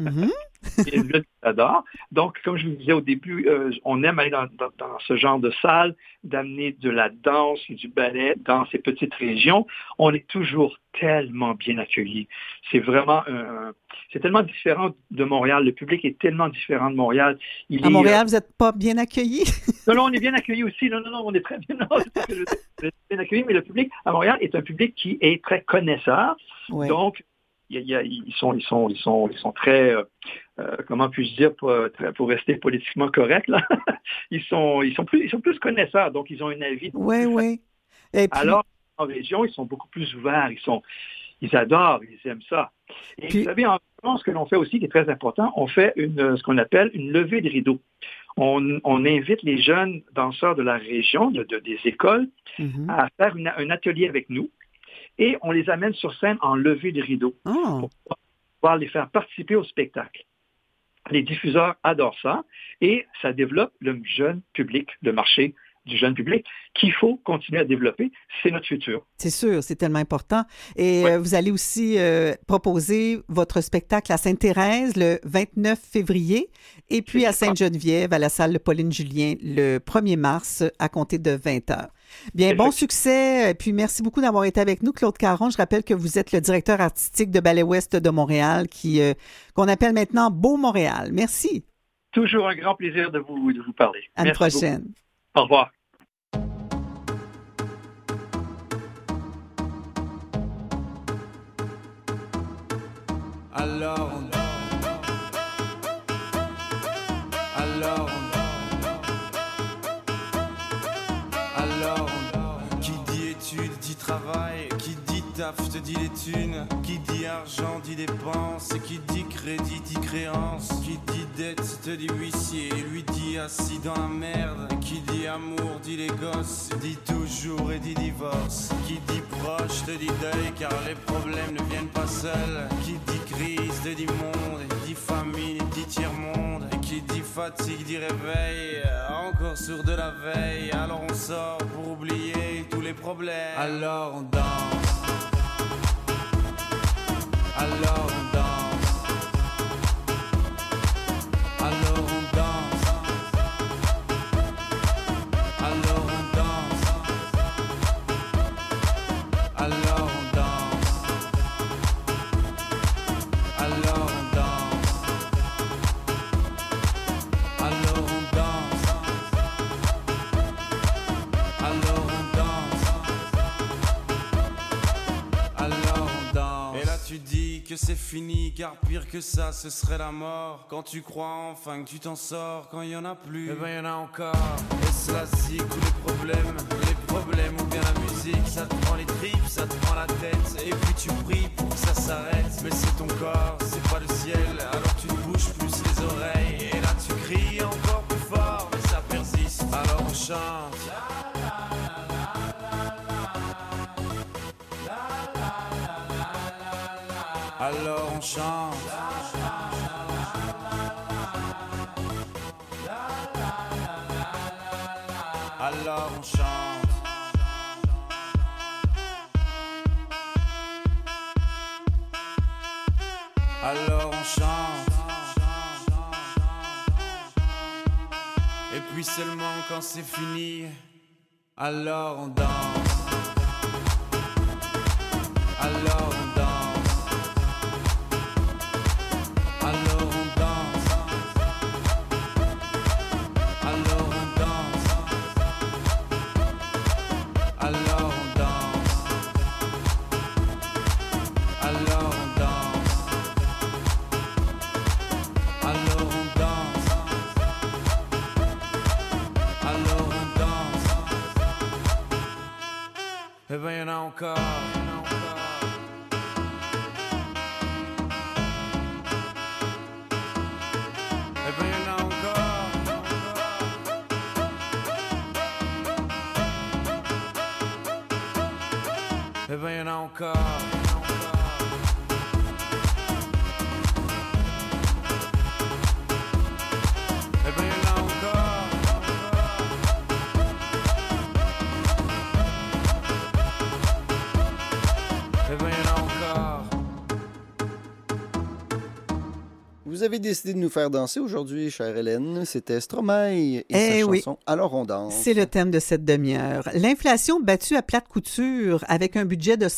Speaker 16: C'est une ville que j'adore. Donc, comme je vous disais au début, on aime aller dans ce genre de salle, d'amener de la danse et du ballet dans ces petites régions. On est toujours tellement bien accueillis. C'est vraiment c'est tellement différent de Montréal. Le public est tellement différent de Montréal.
Speaker 2: À Montréal, vous n'êtes pas bien accueillis?
Speaker 16: Non, on est bien accueillis aussi. Non, on est très bien, bien accueillis, mais le public à Montréal est un public qui est très connaisseur. Ouais. Donc, ils sont très, comment puis-je dire, pour rester politiquement correct, là, ils sont plus connaisseurs, donc ils ont un avis.
Speaker 2: Oui.
Speaker 16: Puis... Alors, en région, ils sont beaucoup plus ouverts, ils adorent, ils aiment ça. Et puis... vous savez, en France, ce que l'on fait aussi, qui est très important, on fait ce qu'on appelle une levée de rideau. On invite les jeunes danseurs de la région, des écoles, à faire un atelier avec nous. Et on les amène sur scène en levée de rideau pour pouvoir les faire participer au spectacle. Les diffuseurs adorent ça et ça développe le jeune public, le marché du jeune public qu'il faut continuer à développer. C'est notre futur.
Speaker 2: C'est sûr, c'est tellement important. Et vous allez aussi proposer votre spectacle à Sainte-Thérèse le 29 février et puis à Sainte-Geneviève à la salle de Pauline Julien le 1er mars à compter de 20h. Bien, bon succès. Et puis, merci beaucoup d'avoir été avec nous, Claude Caron. Je rappelle que vous êtes le directeur artistique de Ballet Ouest de Montréal, qu'on appelle maintenant Beau Montréal. Merci.
Speaker 16: Toujours un grand plaisir de vous parler.
Speaker 2: À la prochaine.
Speaker 16: Beaucoup. Au revoir.
Speaker 13: Qui dit études dit travail, qui dit taf te dit les thunes, qui dit argent dit dépenses, qui dit crédit dit créance, qui dit dette te dit huissier, lui dit assis dans la merde, qui dit amour dit les gosses, dit toujours et dit divorce, qui dit proche te dit deuil car les problèmes ne viennent pas seuls, qui dit crise te dit monde, dit famine dit tiers-monde, et qui dit fatigue dit réveil, encore sourd de la veille, alors on sort pour oublier tous les problèmes, alors on danse, alors on danse, alors on danse, alors on danse, alors on danse, alors on danse, alors on danse, alors on danse, alors on danse. Et là tu dis que c'est fini, car pire que ça ce serait la mort. Quand tu crois enfin que tu t'en sors, quand il y en a plus, eh ben y en a encore. Et cela c'est tous les problèmes ou bien la musique, ça te prend les tripes, ça te prend la tête, et puis tu pries pour que ça s'arrête. Mais c'est ton corps, c'est pas le ciel, alors tu te bouges plus les oreilles, et là tu cries encore plus fort, mais ça persiste, alors on chante. Alors on chante. Alors on chante. Alors on chante. Et puis seulement quand c'est fini, alors on danse. Alors on danse. Eh ben, y'en a encore. Eh ben, y'en a encore. Eh ben, y'en a encore.
Speaker 3: Vous avez décidé de nous faire danser aujourd'hui, chère Hélène. C'était Stromae et sa chanson « Alors on danse ».
Speaker 2: C'est le thème de cette demi-heure. L'inflation battue à plate couture avec un budget de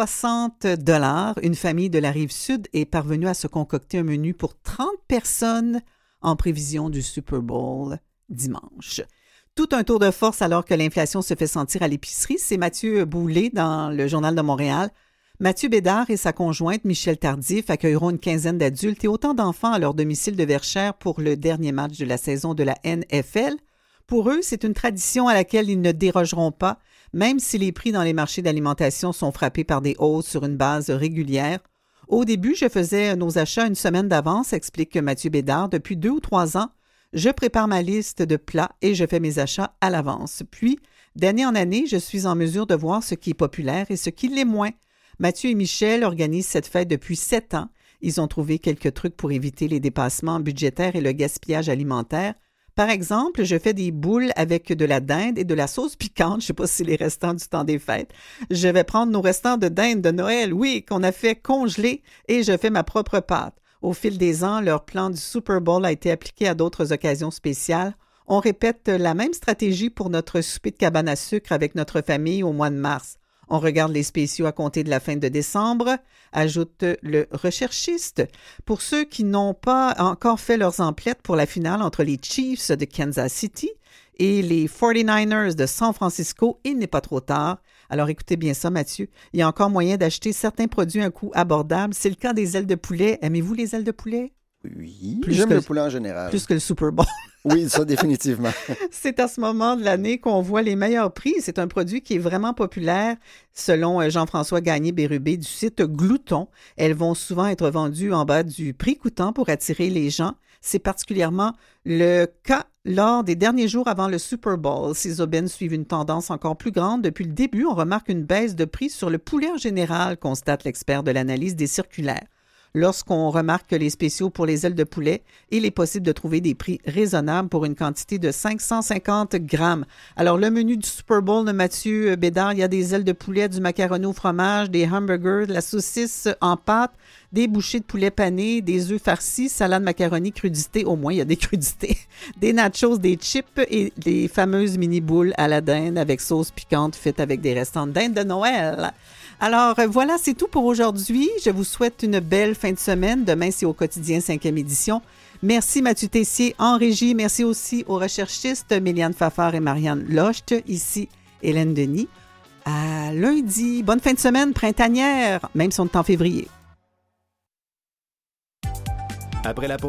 Speaker 2: 160 $, une famille de la Rive-Sud est parvenue à se concocter un menu pour 30 personnes en prévision du Super Bowl dimanche. Tout un tour de force alors que l'inflation se fait sentir à l'épicerie. C'est Mathieu Boulay dans le Journal de Montréal. Mathieu Bédard et sa conjointe Michel Tardif accueilleront une quinzaine d'adultes et autant d'enfants à leur domicile de Verchères pour le dernier match de la saison de la NFL. Pour eux, c'est une tradition à laquelle ils ne dérogeront pas, même si les prix dans les marchés d'alimentation sont frappés par des hausses sur une base régulière. Au début, je faisais nos achats une semaine d'avance, explique Mathieu Bédard. Depuis 2 ou 3 ans, je prépare ma liste de plats et je fais mes achats à l'avance. Puis, d'année en année, je suis en mesure de voir ce qui est populaire et ce qui l'est moins. Mathieu et Michel organisent cette fête depuis 7 ans. Ils ont trouvé quelques trucs pour éviter les dépassements budgétaires et le gaspillage alimentaire. Par exemple, je fais des boules avec de la dinde et de la sauce piquante. Je ne sais pas si c'est les restants du temps des fêtes. Je vais prendre nos restants de dinde de Noël, oui, qu'on a fait congeler, et je fais ma propre pâte. Au fil des ans, leur plan du Super Bowl a été appliqué à d'autres occasions spéciales. On répète la même stratégie pour notre souper de cabane à sucre avec notre famille au mois de mars. On regarde les spéciaux à compter de la fin de décembre, ajoute le recherchiste. Pour ceux qui n'ont pas encore fait leurs emplettes pour la finale entre les Chiefs de Kansas City et les 49ers de San Francisco, il n'est pas trop tard. Alors écoutez bien ça, Mathieu. Il y a encore moyen d'acheter certains produits à un coût abordable. C'est le cas des ailes de poulet. Aimez-vous les ailes de poulet?
Speaker 3: Oui, j'aime le poulet en général.
Speaker 2: Plus que le Super Bowl.
Speaker 3: Oui, ça, définitivement.
Speaker 2: C'est à ce moment de l'année qu'on voit les meilleurs prix. C'est un produit qui est vraiment populaire. Selon Jean-François Gagné-Bérubé du site Glouton, elles vont souvent être vendues en bas du prix coûtant pour attirer les gens. C'est particulièrement le cas lors des derniers jours avant le Super Bowl. Ces aubaines suivent une tendance encore plus grande. Depuis le début, on remarque une baisse de prix sur le poulet en général, constate l'expert de l'analyse des circulaires. Lorsqu'on remarque que les spéciaux pour les ailes de poulet, il est possible de trouver des prix raisonnables pour une quantité de 550 grammes. Alors, le menu du Super Bowl de Mathieu Bédard, il y a des ailes de poulet, du macaroni au fromage, des hamburgers, de la saucisse en pâte, des bouchées de poulet pané, des œufs farcis, salade macaroni crudité, au moins il y a des crudités, des nachos, des chips et des fameuses mini-boules à la dinde avec sauce piquante faites avec des restants de dinde de Noël. Alors, voilà, c'est tout pour aujourd'hui. Je vous souhaite une belle fin de semaine. Demain, c'est au quotidien 5e édition. Merci Mathieu Tessier en régie. Merci aussi aux recherchistes Méliane Fafard et Marianne Lochte. Ici, Hélène Denis. À lundi. Bonne fin de semaine printanière, même si on est en février.
Speaker 7: Après la pause.